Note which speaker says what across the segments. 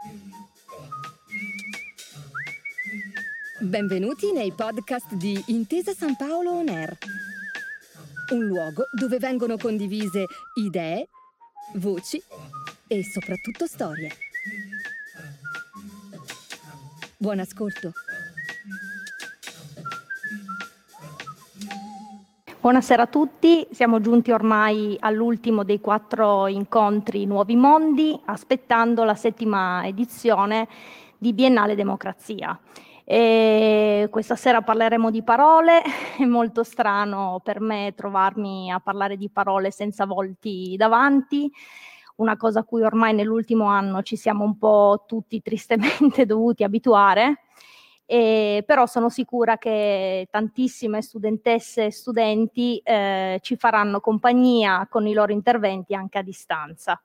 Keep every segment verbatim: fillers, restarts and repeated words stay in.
Speaker 1: Benvenuti nei podcast di Intesa San Paolo On Air, un luogo dove vengono condivise idee, voci e soprattutto storie. Buon ascolto.
Speaker 2: Buonasera a tutti, siamo giunti ormai all'ultimo dei quattro incontri Nuovi Mondi, aspettando la settima edizione di Biennale Democrazia. E questa sera parleremo di parole, è molto strano per me trovarmi a parlare di parole senza volti davanti, una cosa a cui ormai nell'ultimo anno ci siamo un po' tutti tristemente dovuti abituare. Eh, però sono sicura che tantissime studentesse e studenti eh, ci faranno compagnia con i loro interventi anche a distanza.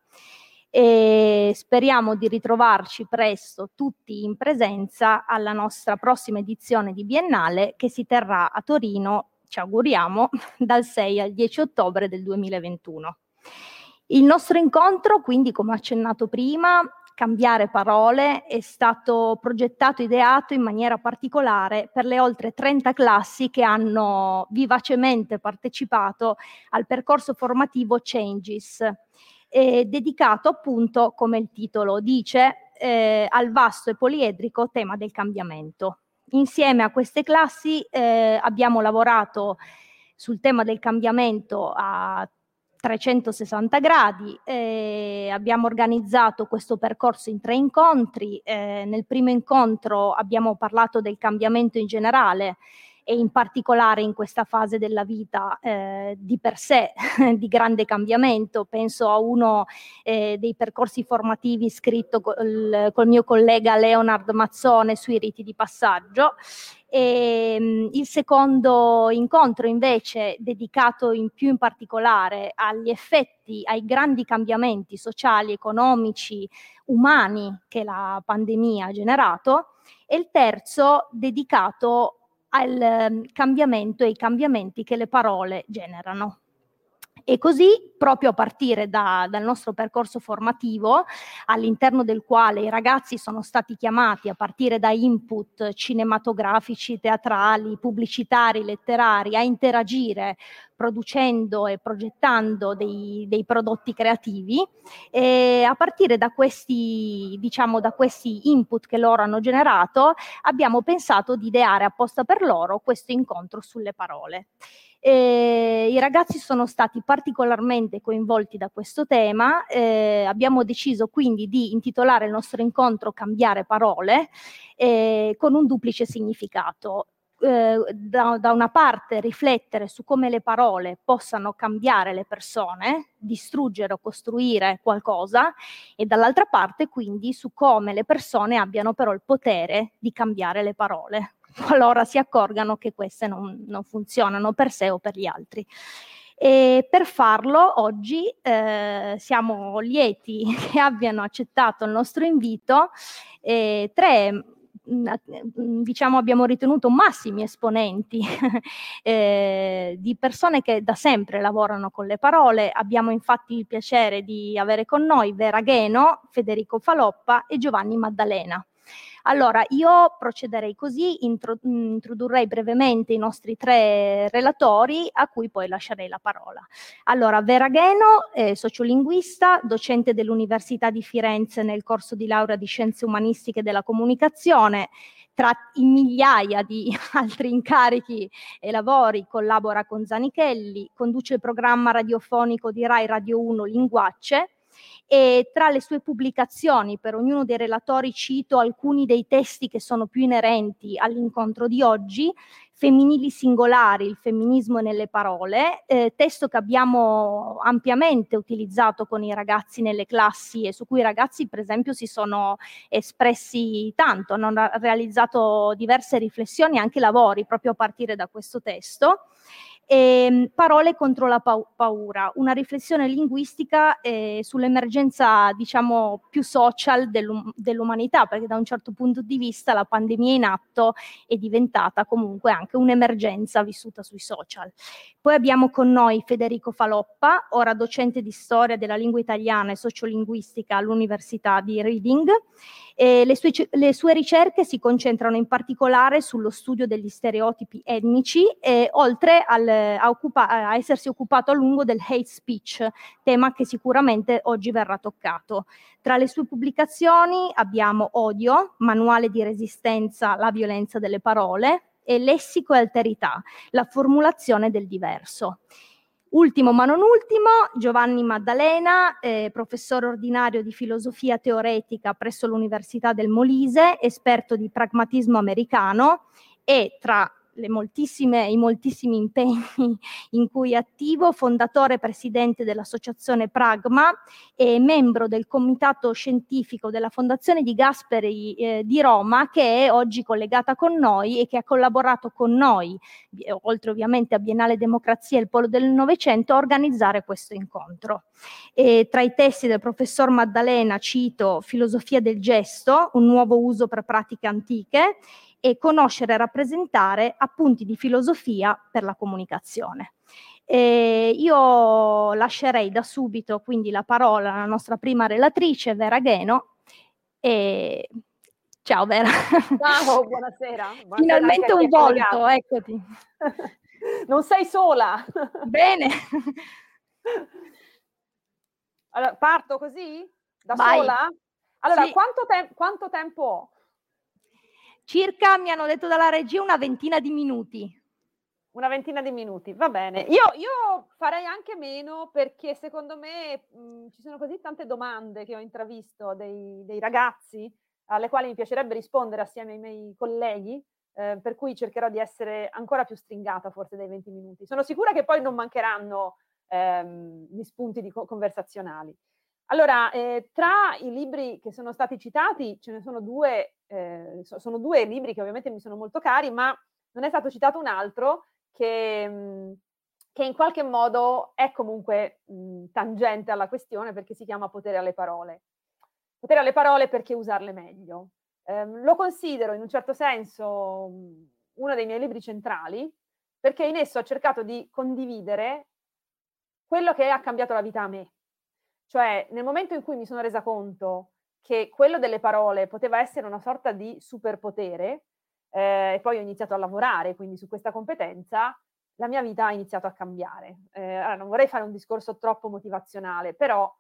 Speaker 2: E speriamo di ritrovarci presto tutti in presenza alla nostra prossima edizione di Biennale che si terrà a Torino, ci auguriamo, dal sei al dieci ottobre del duemilaventuno. Il nostro incontro, quindi, come accennato prima, Cambiare parole, è stato progettato e ideato in maniera particolare per le oltre trenta classi che hanno vivacemente partecipato al percorso formativo Changes, eh, dedicato appunto, come il titolo dice, eh, al vasto e poliedrico tema del cambiamento. Insieme a queste classi eh, abbiamo lavorato sul tema del cambiamento a trecentosessanta gradi, eh, abbiamo organizzato questo percorso in tre incontri. Eh, nel primo incontro abbiamo parlato del cambiamento in generale e in particolare in questa fase della vita eh, di per sé di grande cambiamento. Penso a uno eh, dei percorsi formativi scritto col, col mio collega Leonard Mazzone sui riti di passaggio. E, il secondo incontro invece dedicato in più in particolare agli effetti, ai grandi cambiamenti sociali, economici, umani che la pandemia ha generato, e il terzo dedicato al cambiamento e ai cambiamenti che le parole generano. E così, proprio a partire da, dal nostro percorso formativo, all'interno del quale i ragazzi sono stati chiamati a partire da input cinematografici, teatrali, pubblicitari, letterari, a interagire producendo e progettando dei, dei prodotti creativi, e a partire da questi, diciamo, da questi input che loro hanno generato, abbiamo pensato di ideare apposta per loro questo incontro sulle parole. Eh, I ragazzi sono stati particolarmente coinvolti da questo tema, eh, abbiamo deciso quindi di intitolare il nostro incontro Cambiare parole, eh, con un duplice significato. Eh, da, da una parte riflettere su come le parole possano cambiare le persone, distruggere o costruire qualcosa, e dall'altra parte quindi su come le persone abbiano però il potere di cambiare le parole qualora si accorgano che queste non, non funzionano per sé o per gli altri. E per farlo oggi eh, siamo lieti che abbiano accettato il nostro invito eh, tre, diciamo, abbiamo ritenuto massimi esponenti eh, di persone che da sempre lavorano con le parole. Abbiamo infatti il piacere di avere con noi Vera Gheno, Federico Faloppa e Giovanni Maddalena. Allora, io procederei così, intro, introdurrei brevemente i nostri tre relatori, a cui poi lascerei la parola. Allora, Vera Gheno è sociolinguista, docente dell'Università di Firenze nel corso di laurea di Scienze Umanistiche della Comunicazione. Tra i migliaia di altri incarichi e lavori collabora con Zanichelli, conduce il programma radiofonico di Rai Radio uno Linguacce, e tra le sue pubblicazioni, per ognuno dei relatori cito alcuni dei testi che sono più inerenti all'incontro di oggi: Femminili singolari, il femminismo nelle parole, eh, testo che abbiamo ampiamente utilizzato con i ragazzi nelle classi e su cui i ragazzi per esempio si sono espressi tanto, hanno realizzato diverse riflessioni e anche lavori proprio a partire da questo testo. E Parole contro la paura, una riflessione linguistica eh, sull'emergenza, diciamo, più social dell'um- dell'umanità, perché da un certo punto di vista la pandemia in atto è diventata comunque anche un'emergenza vissuta sui social. Poi abbiamo con noi Federico Faloppa, ora docente di storia della lingua italiana e sociolinguistica all'Università di Reading, E le, sue, le sue ricerche si concentrano in particolare sullo studio degli stereotipi etnici, e oltre al, a, occupa, a essersi occupato a lungo del hate speech, tema che sicuramente oggi verrà toccato. Tra le sue pubblicazioni abbiamo Odio, manuale di resistenza alla violenza delle parole, e Lessico e alterità, la formulazione del diverso. Ultimo ma non ultimo, Giovanni Maddalena, eh, professore ordinario di filosofia teoretica presso l'Università del Molise, esperto di pragmatismo americano, e tra le moltissime, i moltissimi impegni in cui è attivo, fondatore e presidente dell'associazione Pragma e membro del comitato scientifico della Fondazione di Gasperi eh, di Roma, che è oggi collegata con noi e che ha collaborato con noi, oltre ovviamente a Biennale Democrazia e il Polo del Novecento, a organizzare questo incontro. E tra i testi del professor Maddalena cito Filosofia del gesto, un nuovo uso per pratiche antiche, e Conoscere e rappresentare, appunti di filosofia per la comunicazione. E io lascerei da subito quindi la parola alla nostra prima relatrice, Vera Gheno. E... Ciao Vera.
Speaker 3: Ciao, buonasera. buonasera
Speaker 2: Finalmente un volto, eccoti.
Speaker 3: Non sei sola.
Speaker 2: Bene.
Speaker 3: Allora, parto così? Da
Speaker 2: Vai.
Speaker 3: sola? Allora,
Speaker 2: Sì.
Speaker 3: quanto, te- quanto tempo ho?
Speaker 2: Circa, mi hanno detto dalla regia, una ventina di minuti.
Speaker 3: Una ventina di minuti, va bene. Io, io farei anche meno, perché secondo me mh, ci sono così tante domande che ho intravisto dei, dei ragazzi alle quali mi piacerebbe rispondere assieme ai miei colleghi, eh, per cui cercherò di essere ancora più stringata forse dei venti minuti. Sono sicura che poi non mancheranno ehm, gli spunti di co- conversazionali. Allora, eh, tra i libri che sono stati citati ce ne sono due, eh, sono due libri che ovviamente mi sono molto cari, ma non è stato citato un altro che, mh, che in qualche modo è comunque mh, tangente alla questione, perché si chiama Potere alle parole. Potere alle parole, perché usarle meglio. Eh, lo considero in un certo senso mh, uno dei miei libri centrali, perché in esso ho cercato di condividere quello che ha cambiato la vita a me. Cioè, nel momento in cui mi sono resa conto che quello delle parole poteva essere una sorta di superpotere, eh, e poi ho iniziato a lavorare quindi su questa competenza, la mia vita ha iniziato a cambiare. Eh, allora, non vorrei fare un discorso troppo motivazionale, però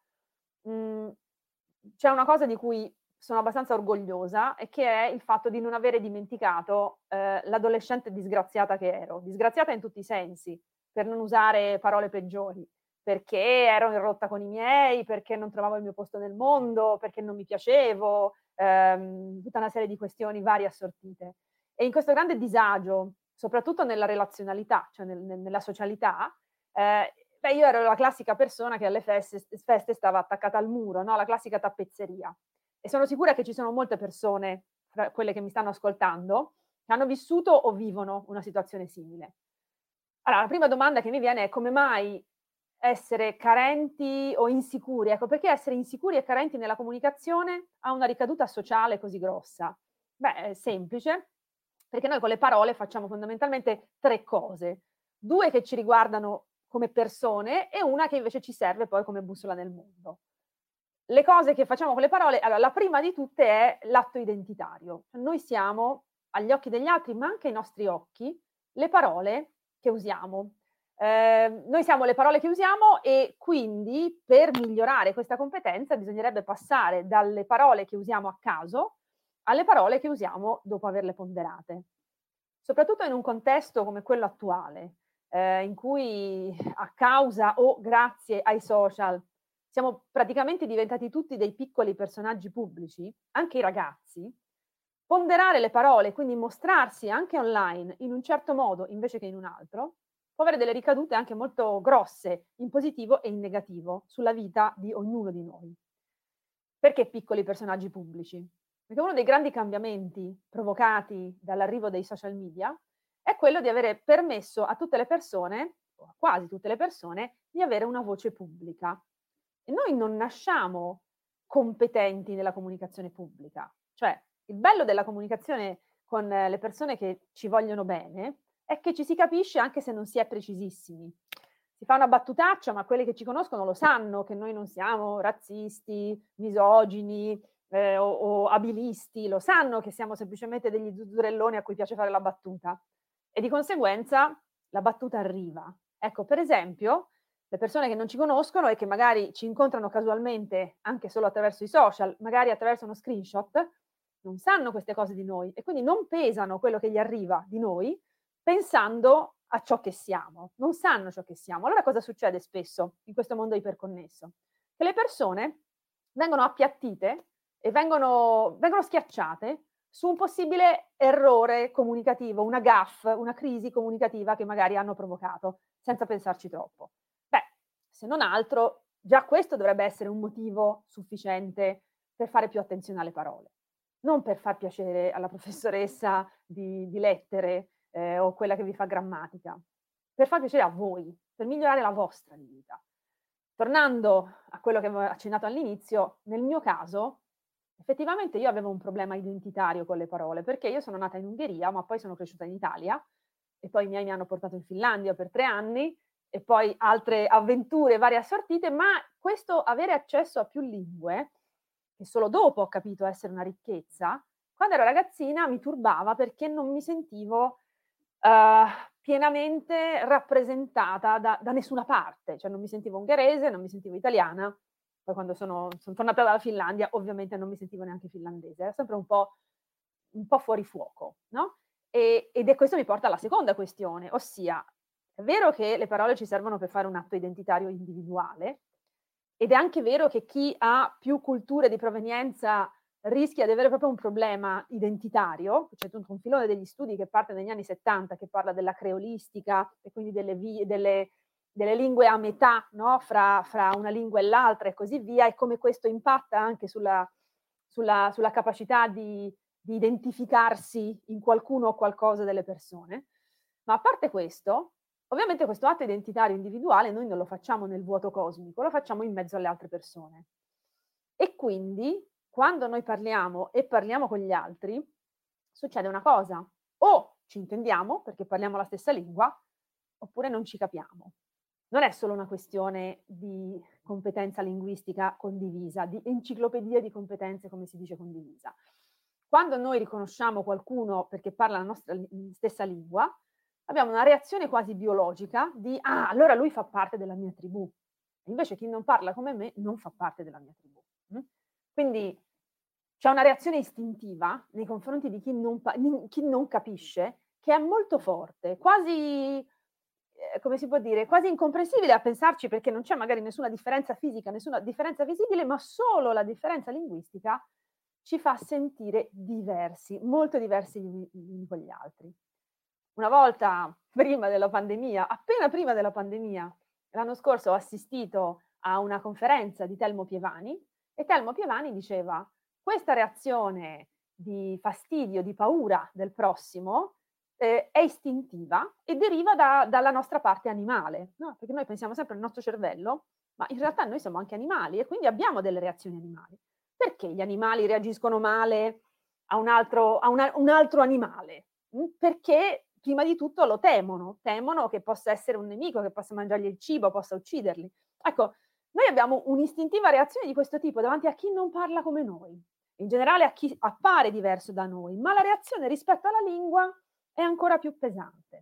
Speaker 3: mh, c'è una cosa di cui sono abbastanza orgogliosa, e che è il fatto di non avere dimenticato eh, l'adolescente disgraziata che ero, disgraziata in tutti i sensi, per non usare parole peggiori, perché ero in rotta con i miei, perché non trovavo il mio posto nel mondo, perché non mi piacevo, ehm, tutta una serie di questioni varie assortite. E in questo grande disagio, soprattutto nella relazionalità, cioè nel, nella socialità, eh, beh, io ero la classica persona che alle feste, feste stava attaccata al muro, no? La classica tappezzeria. E sono sicura che ci sono molte persone, tra quelle che mi stanno ascoltando, che hanno vissuto o vivono una situazione simile. Allora, la prima domanda che mi viene è: come mai essere carenti o insicuri? Ecco, perché essere insicuri e carenti nella comunicazione ha una ricaduta sociale così grossa? Beh, è semplice, perché noi con le parole facciamo fondamentalmente tre cose. Due che ci riguardano come persone e una che invece ci serve poi come bussola nel mondo. Le cose che facciamo con le parole, allora, la prima di tutte è l'atto identitario. Noi siamo, agli occhi degli altri, ma anche ai nostri occhi, le parole che usiamo. Eh, noi siamo le parole che usiamo, e quindi per migliorare questa competenza bisognerebbe passare dalle parole che usiamo a caso alle parole che usiamo dopo averle ponderate. Soprattutto in un contesto come quello attuale, eh, in cui a causa o grazie ai social siamo praticamente diventati tutti dei piccoli personaggi pubblici, anche i ragazzi, ponderare le parole, quindi mostrarsi anche online in un certo modo invece che in un altro, può avere delle ricadute anche molto grosse, in positivo e in negativo, sulla vita di ognuno di noi. Perché piccoli personaggi pubblici? Perché uno dei grandi cambiamenti provocati dall'arrivo dei social media è quello di avere permesso a tutte le persone, o a quasi tutte le persone, di avere una voce pubblica. E noi non nasciamo competenti nella comunicazione pubblica. Cioè, il bello della comunicazione con le persone che ci vogliono bene è che ci si capisce anche se non si è precisissimi. Si fa una battutaccia, ma quelli che ci conoscono lo sanno che noi non siamo razzisti, misogini, eh, o, o abilisti, lo sanno che siamo semplicemente degli zuzzurelloni a cui piace fare la battuta e di conseguenza la battuta arriva. Ecco, per esempio, le persone che non ci conoscono e che magari ci incontrano casualmente anche solo attraverso i social, magari attraverso uno screenshot, non sanno queste cose di noi e quindi non pesano quello che gli arriva di noi pensando a ciò che siamo, non sanno ciò che siamo. Allora cosa succede spesso in questo mondo iperconnesso? Che le persone vengono appiattite e vengono, vengono schiacciate su un possibile errore comunicativo, una gaffe, una crisi comunicativa che magari hanno provocato, senza pensarci troppo. Beh, se non altro, già questo dovrebbe essere un motivo sufficiente per fare più attenzione alle parole. Non per far piacere alla professoressa di, di lettere eh, o quella che vi fa grammatica, per far piacere a voi, per migliorare la vostra vita. Tornando a quello che avevo accennato all'inizio, nel mio caso, effettivamente io avevo un problema identitario con le parole, perché io sono nata in Ungheria, ma poi sono cresciuta in Italia, e poi i miei mi hanno portato in Finlandia per tre anni, e poi altre avventure varie assortite, ma questo avere accesso a più lingue, che solo dopo ho capito essere una ricchezza, quando ero ragazzina mi turbava perché non mi sentivo uh, pienamente rappresentata da, da nessuna parte, cioè non mi sentivo ungherese, non mi sentivo italiana, poi quando sono, sono tornata dalla Finlandia ovviamente non mi sentivo neanche finlandese, era sempre un po', un po' fuori fuoco, no? E, ed è questo mi porta alla seconda questione, ossia, è vero che le parole ci servono per fare un atto identitario individuale, ed è anche vero che chi ha più culture di provenienza rischia di avere proprio un problema identitario. C'è tutto un filone degli studi che parte negli anni settanta che parla della creolistica e quindi delle, vie, delle, delle lingue a metà, no? fra, fra una lingua e l'altra e così via, e come questo impatta anche sulla, sulla, sulla capacità di, di identificarsi in qualcuno o qualcosa delle persone. Ma a parte questo, ovviamente questo atto identitario individuale noi non lo facciamo nel vuoto cosmico, lo facciamo in mezzo alle altre persone. E quindi, quando noi parliamo e parliamo con gli altri, succede una cosa: o ci intendiamo perché parliamo la stessa lingua, oppure non ci capiamo. Non è solo una questione di competenza linguistica condivisa, di enciclopedia di competenze, come si dice, condivisa. Quando noi riconosciamo qualcuno perché parla la nostra stessa lingua, abbiamo una reazione quasi biologica di ah, allora lui fa parte della mia tribù. Invece chi non parla come me non fa parte della mia tribù. Quindi c'è una reazione istintiva nei confronti di chi non, chi non capisce, che è molto forte, quasi, eh, come si può dire, quasi incomprensibile a pensarci, perché non c'è magari nessuna differenza fisica, nessuna differenza visibile, ma solo la differenza linguistica ci fa sentire diversi, molto diversi gli uni con gli altri. Una volta, prima della pandemia, appena prima della pandemia, l'anno scorso ho assistito a una conferenza di Telmo Pievani, e Telmo Pievani diceva: questa reazione di fastidio, di paura del prossimo eh, è istintiva e deriva da, dalla nostra parte animale, no? Perché noi pensiamo sempre al nostro cervello, ma in realtà noi siamo anche animali e quindi abbiamo delle reazioni animali. Perché gli animali reagiscono male a un altro, a una, un altro animale? Perché prima di tutto lo temono, temono che possa essere un nemico, che possa mangiargli il cibo, possa ucciderli. Ecco, noi abbiamo un'istintiva reazione di questo tipo davanti a chi non parla come noi, in generale a chi appare diverso da noi, ma la reazione rispetto alla lingua è ancora più pesante.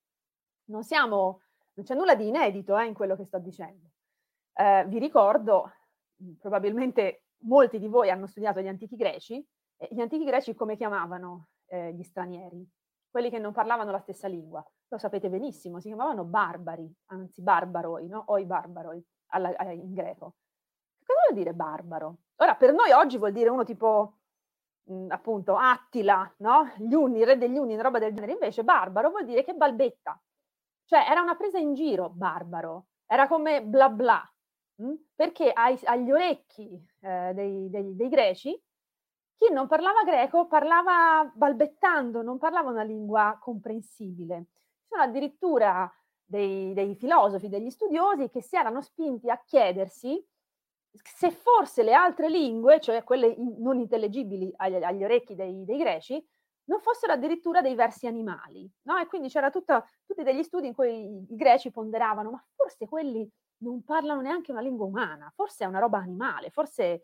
Speaker 3: Non siamo, non c'è nulla di inedito eh, in quello che sto dicendo. Eh, vi ricordo, probabilmente molti di voi hanno studiato gli antichi greci, e gli antichi greci come chiamavano eh, gli stranieri? Quelli che non parlavano la stessa lingua, lo sapete benissimo, si chiamavano barbari, anzi barbaroi, no? O i barbaroi alla, alla, in greco. Che cosa vuol dire barbaro? Ora, per noi oggi vuol dire uno tipo, mh, appunto, Attila, no? Gli Unni, il re degli Unni, una roba del genere. Invece barbaro vuol dire che balbetta. Cioè era una presa in giro, barbaro. Era come bla bla. Mh? Perché ai, agli orecchi eh, dei, dei, dei greci, chi non parlava greco parlava balbettando, non parlava una lingua comprensibile. Ci sono addirittura dei, dei filosofi, degli studiosi che si erano spinti a chiedersi se forse le altre lingue, cioè quelle in, non intellegibili agli, agli orecchi dei, dei greci, non fossero addirittura dei versi animali, no? E quindi c'era tutta, tutti degli studi in cui i, i greci ponderavano, ma forse quelli non parlano neanche una lingua umana, forse è una roba animale, forse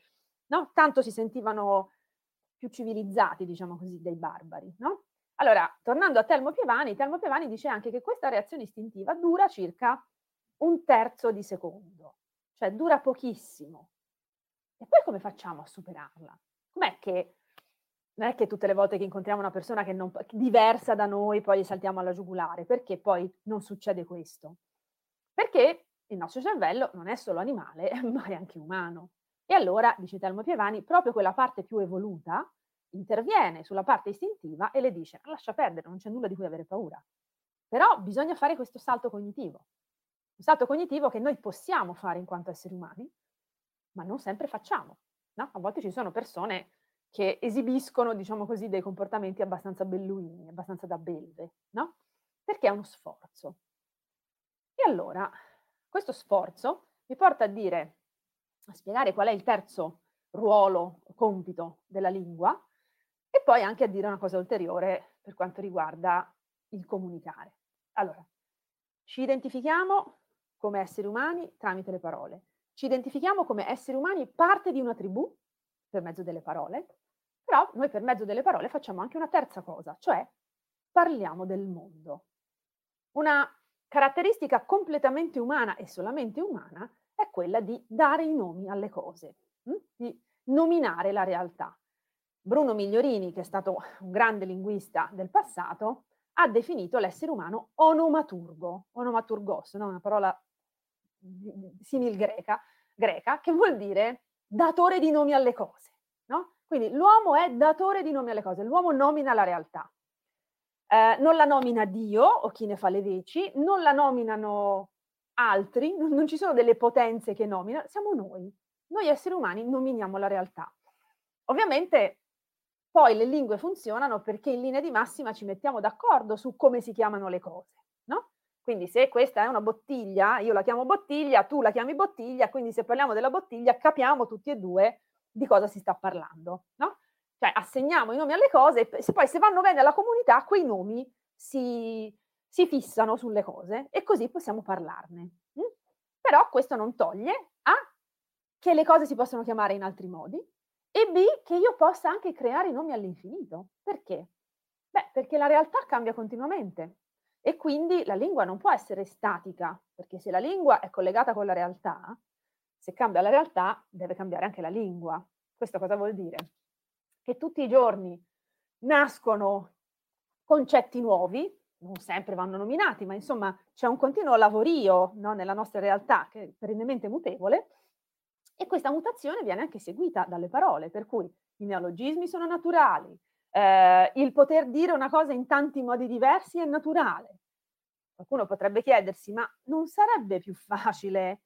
Speaker 3: no? Tanto si sentivano più civilizzati, diciamo così, dei barbari, no? Allora, tornando a Telmo Pievani, Telmo Pievani dice anche che questa reazione istintiva dura circa un terzo di secondo, cioè dura pochissimo. E poi come facciamo a superarla? Com'è che non è che tutte le volte che incontriamo una persona che non, diversa da noi poi gli saltiamo alla giugulare? Perché poi non succede questo? Perché il nostro cervello non è solo animale, ma è anche umano. E allora, dice Telmo Pievani, proprio quella parte più evoluta interviene sulla parte istintiva e le dice: lascia perdere, non c'è nulla di cui avere paura. Però bisogna fare questo salto cognitivo. Un salto cognitivo che noi possiamo fare in quanto esseri umani, ma non sempre facciamo, no? A volte ci sono persone che esibiscono, diciamo così, dei comportamenti abbastanza belluini, abbastanza da belve, no? Perché è uno sforzo. E allora, questo sforzo mi porta a dire, a spiegare qual è il terzo ruolo, compito della lingua, e poi anche a dire una cosa ulteriore per quanto riguarda il comunicare. Allora, ci identifichiamo come esseri umani tramite le parole. Ci identifichiamo come esseri umani parte di una tribù per mezzo delle parole, però noi per mezzo delle parole facciamo anche una terza cosa, cioè parliamo del mondo. Una caratteristica completamente umana e solamente umana è quella di dare i nomi alle cose, hm? Di nominare la realtà. Bruno Migliorini, che è stato un grande linguista del passato, ha definito l'essere umano onomaturgo, onomaturgos, no? Una parola simil greca, greca, che vuol dire datore di nomi alle cose, no? Quindi l'uomo è datore di nomi alle cose, l'uomo nomina la realtà. Eh, non la nomina Dio o chi ne fa le veci, non la nominano altri, non, non ci sono delle potenze che nominano, siamo noi. Noi esseri umani nominiamo la realtà. Ovviamente poi le lingue funzionano perché in linea di massima ci mettiamo d'accordo su come si chiamano le cose, no? Quindi se questa è una bottiglia, io la chiamo bottiglia, tu la chiami bottiglia, quindi se parliamo della bottiglia capiamo tutti e due di cosa si sta parlando, no? Cioè assegniamo i nomi alle cose e se poi se vanno bene alla comunità quei nomi si, si fissano sulle cose e così possiamo parlarne. Mm? Però questo non toglie A, che le cose si possono chiamare in altri modi, e B, che io possa anche creare i nomi all'infinito. Perché? Beh, perché la realtà cambia continuamente e quindi la lingua non può essere statica, perché se la lingua è collegata con la realtà, se cambia la realtà deve cambiare anche la lingua. Questo cosa vuol dire? Che tutti i giorni nascono concetti nuovi, non sempre vanno nominati, ma insomma c'è un continuo lavorio, no, nella nostra realtà che è perennemente mutevole, e questa mutazione viene anche seguita dalle parole, per cui i neologismi sono naturali, eh, il poter dire una cosa in tanti modi diversi è naturale. Qualcuno potrebbe chiedersi, ma non sarebbe più facile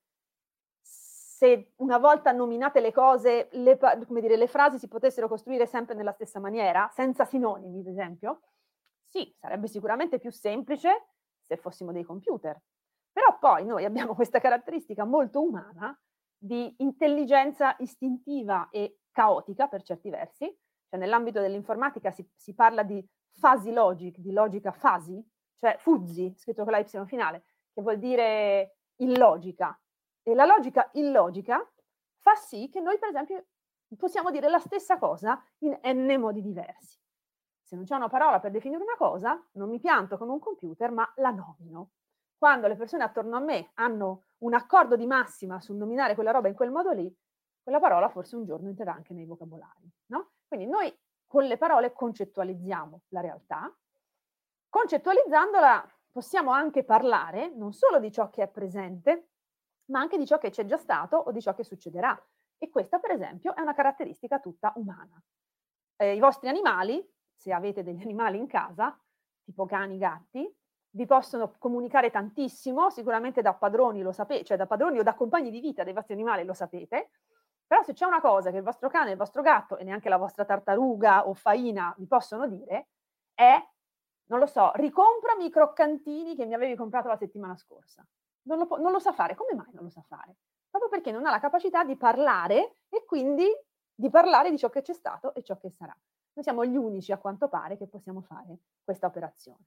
Speaker 3: se una volta nominate le cose, le, come dire, le frasi si potessero costruire sempre nella stessa maniera, senza sinonimi, ad esempio? Sì, sarebbe sicuramente più semplice se fossimo dei computer. Però poi noi abbiamo questa caratteristica molto umana di intelligenza istintiva e caotica per certi versi, cioè nell'ambito dell'informatica si, si parla di fuzzy logic, di logica fuzzy, cioè fuzzy, scritto con la Y finale, che vuol dire illogica. E la logica illogica fa sì che noi, per esempio, possiamo dire la stessa cosa in n modi diversi. Se non c'è una parola per definire una cosa, non mi pianto con un computer, ma la nomino. Quando le persone attorno a me hanno un accordo di massima sul nominare quella roba in quel modo lì, quella parola forse un giorno entrerà anche nei vocabolari, no? Quindi noi con le parole concettualizziamo la realtà, concettualizzandola possiamo anche parlare non solo di ciò che è presente, ma anche di ciò che c'è già stato o di ciò che succederà. E questa, per esempio, è una caratteristica tutta umana. Eh, I vostri animali, se avete degli animali in casa, tipo cani, gatti, vi possono comunicare tantissimo, sicuramente da padroni lo sapete, cioè da padroni o da compagni di vita dei vostri animali lo sapete, però se c'è una cosa che il vostro cane, il vostro gatto e neanche la vostra tartaruga o faina vi possono dire, è, non lo so, ricomprami i croccantini che mi avevi comprato la settimana scorsa. Non lo, non lo sa fare. Come mai non lo sa fare? Proprio perché non ha la capacità di parlare e quindi di parlare di ciò che c'è stato e ciò che sarà. Noi siamo gli unici, a quanto pare, che possiamo fare questa operazione.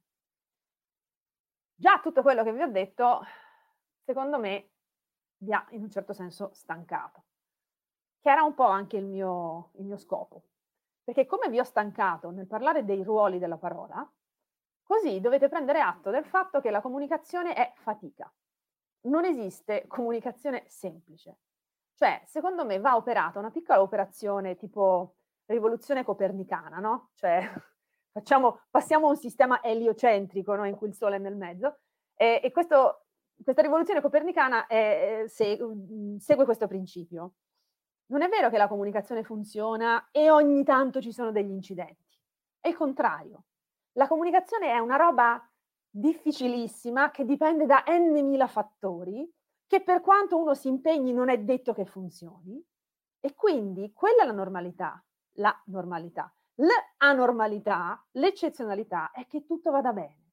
Speaker 3: Già tutto quello che vi ho detto, secondo me, vi ha in un certo senso stancato. che era un po' anche il mio, il mio scopo. Perché come vi ho stancato nel parlare dei ruoli della parola, così dovete prendere atto del fatto che la comunicazione è fatica. Non esiste comunicazione semplice. Cioè, secondo me va operata una piccola operazione tipo rivoluzione copernicana, no? Cioè, facciamo, passiamo a un sistema eliocentrico, no? In cui il Sole è nel mezzo, e, e questo, questa rivoluzione copernicana è, se, segue questo principio. Non è vero che la comunicazione funziona e ogni tanto ci sono degli incidenti. È il contrario. La comunicazione è una roba difficilissima che dipende da n mila fattori, che per quanto uno si impegni non è detto che funzioni, e quindi quella è la normalità, la normalità. L'anormalità, l'eccezionalità è che tutto vada bene.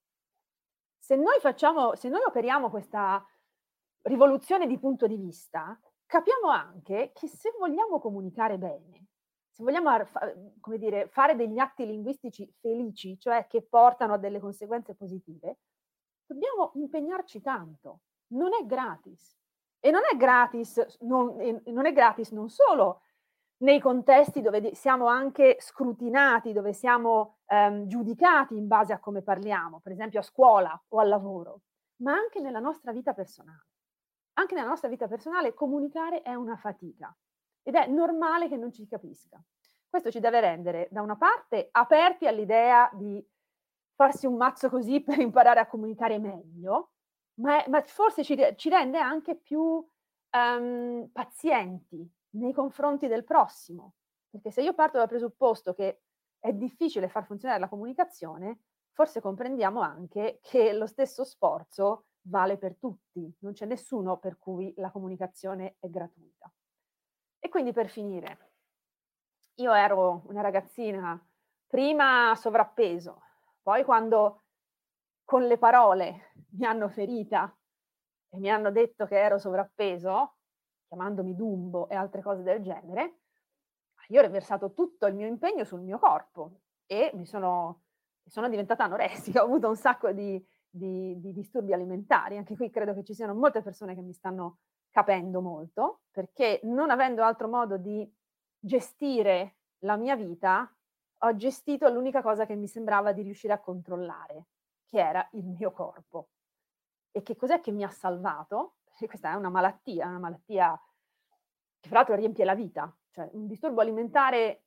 Speaker 3: Se noi facciamo, se noi operiamo questa rivoluzione di punto di vista, capiamo anche che se vogliamo comunicare bene, se vogliamo come dire, fare degli atti linguistici felici, cioè che portano a delle conseguenze positive, dobbiamo impegnarci tanto. Non è gratis. E non è gratis non, non è gratis non solo nei contesti dove siamo anche scrutinati, dove siamo ehm, giudicati in base a come parliamo, per esempio a scuola o al lavoro, ma anche nella nostra vita personale. Anche nella nostra vita personale comunicare è una fatica ed è normale che non ci capisca. Questo ci deve rendere, da una parte, aperti all'idea di farsi un mazzo così per imparare a comunicare meglio, ma, è, ma forse ci, ci rende anche più um, pazienti nei confronti del prossimo. Perché se io parto dal presupposto che è difficile far funzionare la comunicazione, forse comprendiamo anche che lo stesso sforzo vale per tutti, non c'è nessuno per cui la comunicazione è gratuita. E quindi per finire, io ero una ragazzina, prima sovrappeso, poi quando con le parole mi hanno ferita e mi hanno detto che ero sovrappeso, chiamandomi Dumbo e altre cose del genere, io ho riversato tutto il mio impegno sul mio corpo e mi sono, sono diventata anoressica, ho avuto un sacco di, di, di disturbi alimentari. Anche qui credo che ci siano molte persone che mi stanno capendo molto, perché non avendo altro modo di gestire la mia vita, ho gestito l'unica cosa che mi sembrava di riuscire a controllare, che era il mio corpo. E che cos'è che mi ha salvato? Perché questa è una malattia, una malattia che fra l'altro riempie la vita. Cioè, un disturbo alimentare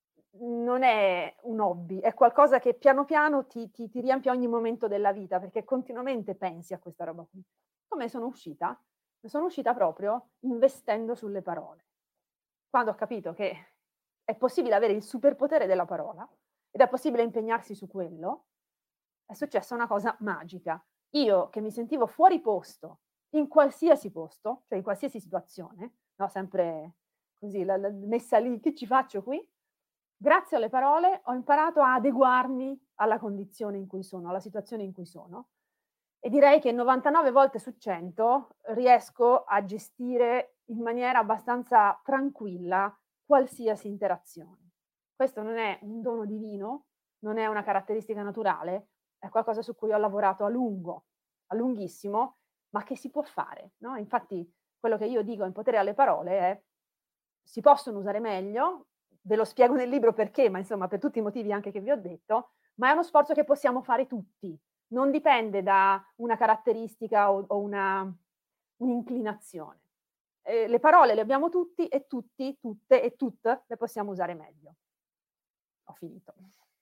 Speaker 3: non è un hobby, è qualcosa che piano piano ti, ti, ti riempie ogni momento della vita, perché continuamente pensi a questa roba qui. Come sono uscita? Sono uscita proprio investendo sulle parole. Quando ho capito che è possibile avere il superpotere della parola ed è possibile impegnarsi su quello, è successa una cosa magica. Io che mi sentivo fuori posto, in qualsiasi posto, cioè in qualsiasi situazione, no, sempre così, la, la, messa lì, che ci faccio qui? Grazie alle parole ho imparato a adeguarmi alla condizione in cui sono, alla situazione in cui sono, e direi che novantanove volte su cento riesco a gestire in maniera abbastanza tranquilla qualsiasi interazione. Questo non è un dono divino, non è una caratteristica naturale, è qualcosa su cui ho lavorato a lungo, a lunghissimo, ma che si può fare, no? Infatti quello che io dico in Potere alle parole è: si possono usare meglio, ve lo spiego nel libro perché, ma insomma per tutti i motivi anche che vi ho detto, ma è uno sforzo che possiamo fare tutti, non dipende da una caratteristica o, o una, un'inclinazione. Eh, le parole le abbiamo tutti e tutti, tutte e tutte le possiamo usare meglio. Ho finito.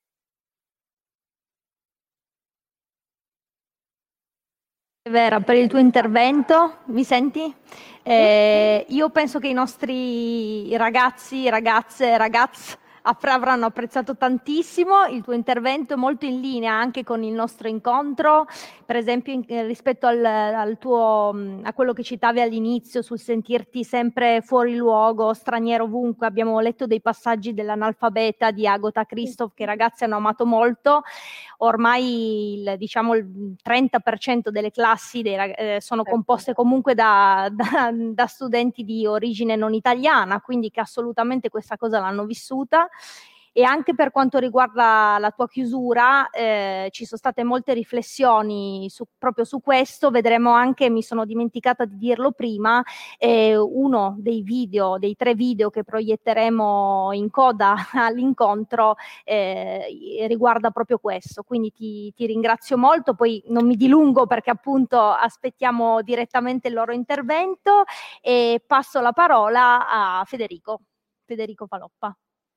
Speaker 2: Vera, per il tuo intervento, mi senti? Eh, io penso che i nostri ragazzi, ragazze, ragazzi avranno apprezzato tantissimo il tuo intervento, molto in linea anche con il nostro incontro, per esempio in, eh, rispetto al, al tuo, a quello che citavi all'inizio sul sentirti sempre fuori luogo, straniero ovunque. Abbiamo letto dei passaggi dell'Analfabeta di Agota Christoph che i ragazzi hanno amato molto. Ormai il, diciamo, il trenta per cento delle classi dei, eh, sono composte comunque da, da, da studenti di origine non italiana, quindi che assolutamente questa cosa l'hanno vissuta. E anche per quanto riguarda la tua chiusura, eh, ci sono state molte riflessioni su, proprio su questo. Vedremo anche, mi sono dimenticata di dirlo prima, eh, uno dei video, dei tre video che proietteremo in coda all'incontro eh, riguarda proprio questo. Quindi ti, ti ringrazio molto, poi non mi dilungo perché appunto aspettiamo direttamente il loro intervento e passo la parola a Federico, Federico Paloppa.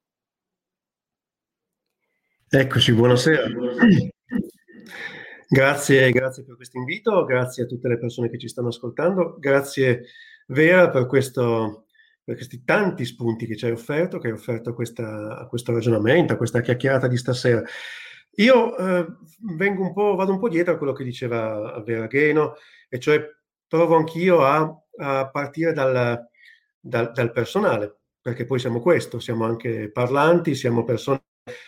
Speaker 4: Eccoci, buonasera. Grazie, grazie per questo invito, grazie a tutte le persone che ci stanno ascoltando, grazie Vera per, questo, per questi tanti spunti che ci hai offerto, che hai offerto a, questa, a questo ragionamento, a questa chiacchierata di stasera. Io eh, vengo un po', vado un po' dietro a quello che diceva Vera Gheno, e cioè provo anch'io a, a partire dal, dal, dal personale, perché poi siamo questo, siamo anche parlanti, siamo persone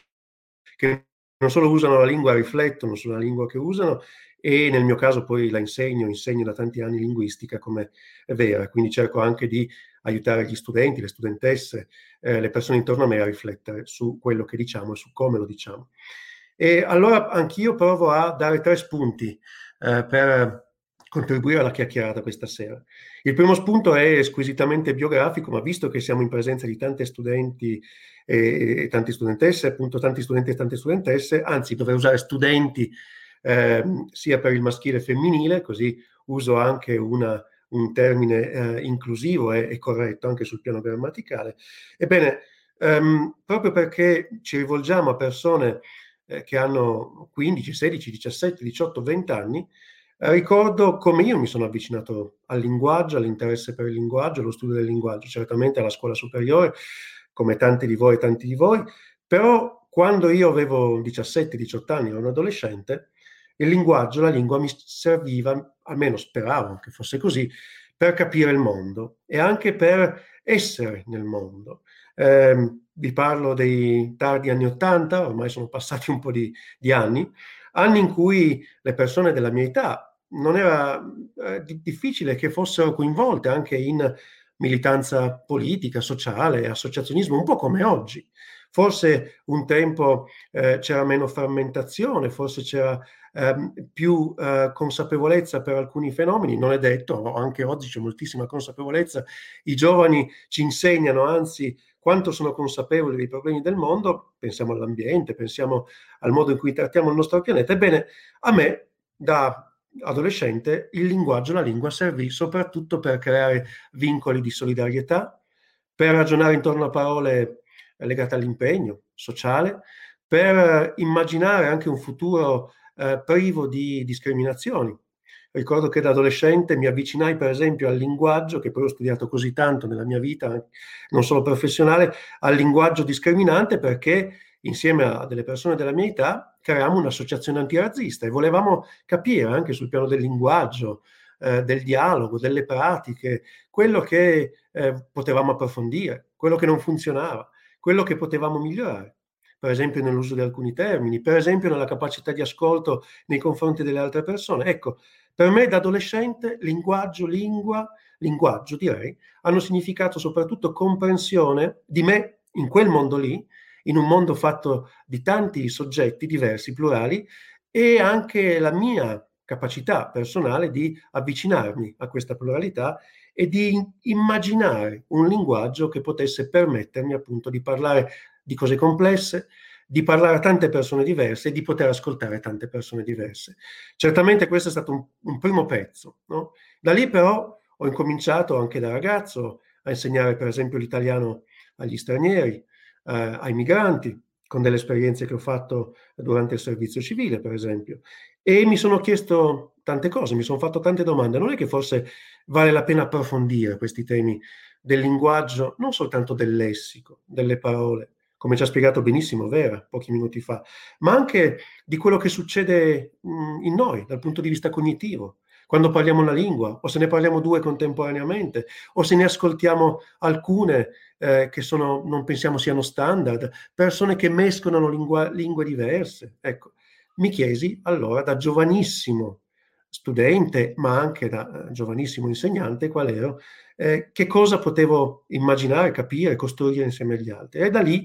Speaker 4: che non solo usano la lingua, riflettono sulla lingua che usano, e nel mio caso poi la insegno, insegno da tanti anni linguistica come è Vera, quindi cerco anche di aiutare gli studenti, le studentesse, eh, le persone intorno a me a riflettere su quello che diciamo e su come lo diciamo. E allora anch'io provo a dare tre spunti eh, per contribuire alla chiacchierata questa sera. Il primo spunto è squisitamente biografico, ma visto che siamo in presenza di tanti studenti e, e tante studentesse, appunto tanti studenti e tante studentesse, anzi dovrei usare studenti eh, sia per il maschile e femminile, così uso anche una, un termine eh, inclusivo e, e corretto anche sul piano grammaticale. Ebbene, ehm, proprio perché ci rivolgiamo a persone eh, che hanno quindici, sedici, diciassette, diciotto, venti anni, ricordo come io mi sono avvicinato al linguaggio, all'interesse per il linguaggio, allo studio del linguaggio, certamente alla scuola superiore, come tanti di voi e tanti di voi, però quando io avevo diciassette diciotto anni, ero un adolescente, il linguaggio, la lingua mi serviva, almeno speravo che fosse così, per capire il mondo e anche per essere nel mondo. Eh, vi parlo dei tardi anni Ottanta, ormai sono passati un po' di, di anni, anni in cui le persone della mia età non era eh, difficile che fossero coinvolte anche in militanza politica, sociale, associazionismo, un po' come oggi. Forse un tempo eh, c'era meno frammentazione, forse c'era eh, più eh, consapevolezza per alcuni fenomeni, non è detto, anche oggi c'è moltissima consapevolezza, i giovani ci insegnano anzi quanto sono consapevoli dei problemi del mondo, pensiamo all'ambiente, pensiamo al modo in cui trattiamo il nostro pianeta. Ebbene, a me, da adolescente, il linguaggio, la lingua servì soprattutto per creare vincoli di solidarietà, per ragionare intorno a parole legate all'impegno sociale, per immaginare anche un futuro eh, privo di discriminazioni. Ricordo che da adolescente mi avvicinai per esempio al linguaggio, che poi ho studiato così tanto nella mia vita, non solo professionale, al linguaggio discriminante, perché insieme a delle persone della mia età creiamo un'associazione antirazzista e volevamo capire anche sul piano del linguaggio, eh, del dialogo, delle pratiche, quello che eh, potevamo approfondire, quello che non funzionava, quello che potevamo migliorare, per esempio nell'uso di alcuni termini, per esempio nella capacità di ascolto nei confronti delle altre persone. Ecco, per me da adolescente linguaggio, lingua, linguaggio direi, hanno significato soprattutto comprensione di me in quel mondo lì, in un mondo fatto di tanti soggetti diversi, plurali, e anche la mia capacità personale di avvicinarmi a questa pluralità e di immaginare un linguaggio che potesse permettermi appunto di parlare di cose complesse, di parlare a tante persone diverse e di poter ascoltare tante persone diverse. Certamente questo è stato un, un primo pezzo, no? Da lì però ho incominciato anche da ragazzo a insegnare per esempio l'italiano agli stranieri, eh, ai migranti, con delle esperienze che ho fatto durante il servizio civile per esempio, e mi sono chiesto tante cose, mi sono fatto tante domande. Non è che forse vale la pena approfondire questi temi del linguaggio, non soltanto del lessico, delle parole, come ci ha spiegato benissimo Vera pochi minuti fa, ma anche di quello che succede mh, in noi dal punto di vista cognitivo, quando parliamo una lingua, o se ne parliamo due contemporaneamente, o se ne ascoltiamo alcune eh, che sono, non pensiamo siano standard, persone che mescolano lingua, lingue diverse. Ecco, mi chiesi allora da giovanissimo studente, ma anche da eh, giovanissimo insegnante, qual ero, eh, che cosa potevo immaginare, capire, costruire insieme agli altri. E da lì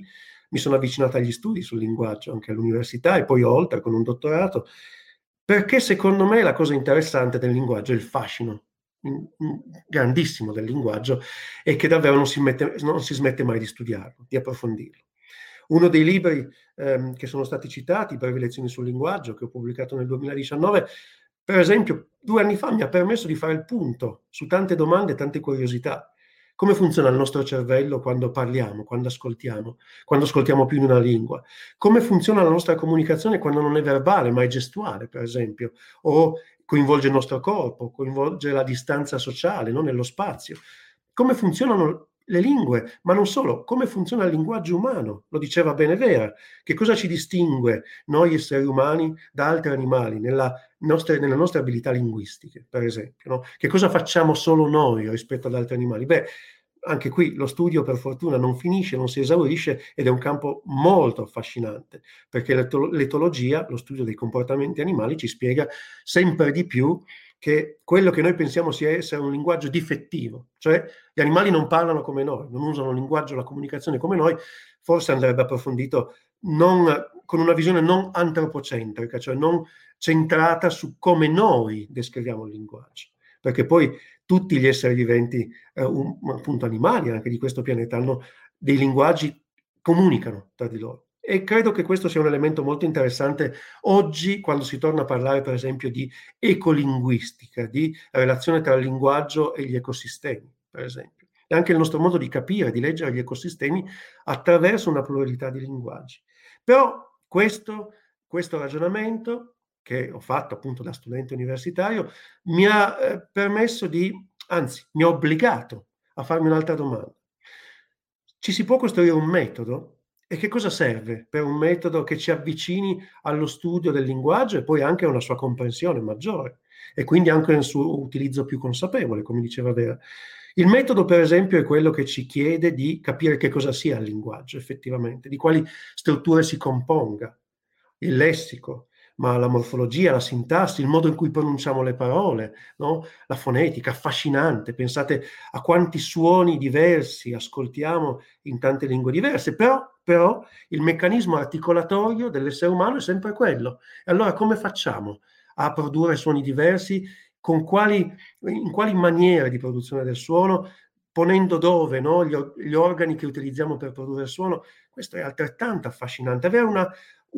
Speaker 4: mi sono avvicinato agli studi sul linguaggio, anche all'università e poi oltre con un dottorato, perché secondo me la cosa interessante del linguaggio è il fascino grandissimo del linguaggio e che davvero non si, mette, non si smette mai di studiarlo, di approfondirlo. Uno dei libri ehm, che sono stati citati, Brevi lezioni sul linguaggio, che ho pubblicato nel duemiladiciannove, per esempio, due anni fa mi ha permesso di fare il punto su tante domande e tante curiosità. Come funziona il nostro cervello quando parliamo, quando ascoltiamo, quando ascoltiamo più di una lingua? Come funziona la nostra comunicazione quando non è verbale, ma è gestuale, per esempio? O coinvolge il nostro corpo, coinvolge la distanza sociale, no? Nello spazio. Come funzionano le lingue, ma non solo, come funziona il linguaggio umano? Lo diceva bene Vera. Che cosa ci distingue noi esseri umani da altri animali nella nostre, nelle nostre abilità linguistiche, per esempio? No? Che cosa facciamo solo noi rispetto ad altri animali? Beh, anche qui lo studio per fortuna non finisce, non si esaurisce ed è un campo molto affascinante, perché l'etologia, lo studio dei comportamenti animali, ci spiega sempre di più che quello che noi pensiamo sia essere un linguaggio difettivo, cioè gli animali non parlano come noi, non usano il linguaggio, la comunicazione come noi, forse andrebbe approfondito non, con una visione non antropocentrica, cioè non centrata su come noi descriviamo il linguaggio, perché poi tutti gli esseri viventi, eh, un, appunto animali anche di questo pianeta, hanno dei linguaggi, comunicano tra di loro. E credo che questo sia un elemento molto interessante oggi quando si torna a parlare per esempio di ecolinguistica, di relazione tra il linguaggio e gli ecosistemi, per esempio. E anche il nostro modo di capire, di leggere gli ecosistemi attraverso una pluralità di linguaggi. Però questo, questo ragionamento, che ho fatto appunto da studente universitario, mi ha eh, permesso di, anzi, mi ha obbligato a farmi un'altra domanda. Ci si può costruire un metodo? E che cosa serve per un metodo che ci avvicini allo studio del linguaggio e poi anche a una sua comprensione maggiore e quindi anche al suo utilizzo più consapevole, come diceva Vera? Il metodo, per esempio, è quello che ci chiede di capire che cosa sia il linguaggio effettivamente, di quali strutture si componga, il lessico, ma la morfologia, la sintassi, il modo in cui pronunciamo le parole, no? La fonetica, affascinante. Pensate a quanti suoni diversi ascoltiamo in tante lingue diverse, però, però il meccanismo articolatorio dell'essere umano è sempre quello. E allora come facciamo a produrre suoni diversi? Con quali, in quali maniere di produzione del suono? Ponendo dove, no? gli, gli organi che utilizziamo per produrre il suono? Questo è altrettanto affascinante. Avere una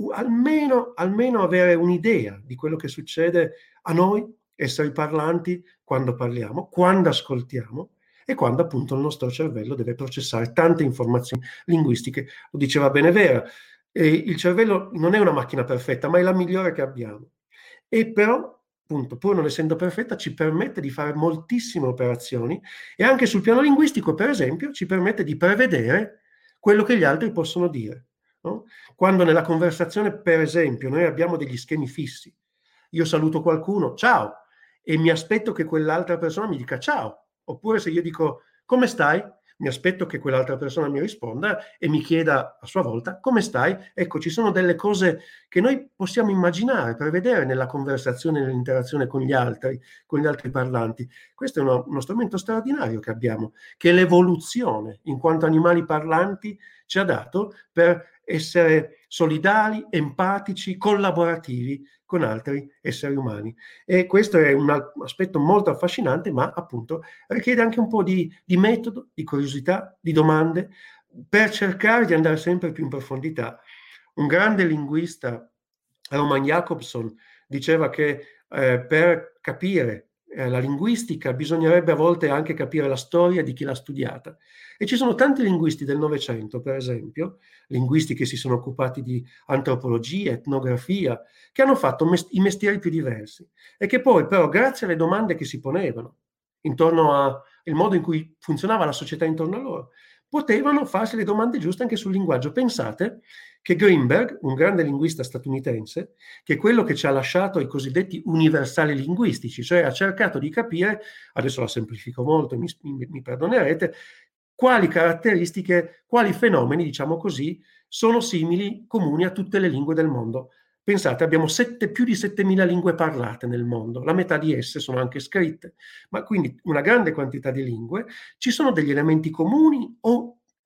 Speaker 4: Almeno, almeno avere un'idea di quello che succede a noi, esseri parlanti, quando parliamo, quando ascoltiamo e quando appunto il nostro cervello deve processare tante informazioni linguistiche. Lo diceva bene Vera, e il cervello non è una macchina perfetta, ma è la migliore che abbiamo. E però, appunto, pur non essendo perfetta, ci permette di fare moltissime operazioni e anche sul piano linguistico, per esempio, ci permette di prevedere quello che gli altri possono dire. No? Quando nella conversazione, per esempio, noi abbiamo degli schemi fissi, io saluto qualcuno, ciao, e mi aspetto che quell'altra persona mi dica ciao, oppure se io dico come stai, mi aspetto che quell'altra persona mi risponda e mi chieda a sua volta come stai. Ecco, ci sono delle cose che noi possiamo immaginare, prevedere nella conversazione, nell'interazione con gli altri, con gli altri parlanti. Questo è uno, uno strumento straordinario che abbiamo, che l'evoluzione, in quanto animali parlanti, ci ha dato per essere solidali, empatici, collaborativi con altri esseri umani. E questo è un aspetto molto affascinante, ma appunto richiede anche un po' di, di metodo, di curiosità, di domande, per cercare di andare sempre più in profondità. Un grande linguista, Roman Jakobson, diceva che eh, per capire eh, la linguistica bisognerebbe a volte anche capire la storia di chi l'ha studiata. E ci sono tanti linguisti del Novecento, per esempio, linguisti che si sono occupati di antropologia, etnografia, che hanno fatto mest- i mestieri più diversi e che poi però, grazie alle domande che si ponevano intorno al modo in cui funzionava la società intorno a loro, potevano farsi le domande giuste anche sul linguaggio. Pensate che Greenberg, un grande linguista statunitense, che è quello che ci ha lasciato i cosiddetti universali linguistici, cioè ha cercato di capire, adesso la semplifico molto, mi, mi, mi perdonerete, quali caratteristiche, quali fenomeni, diciamo così, sono simili, comuni a tutte le lingue del mondo. Pensate, abbiamo sette, più di settemila lingue parlate nel mondo, la metà di esse sono anche scritte, ma quindi una grande quantità di lingue. Ci sono degli elementi comuni o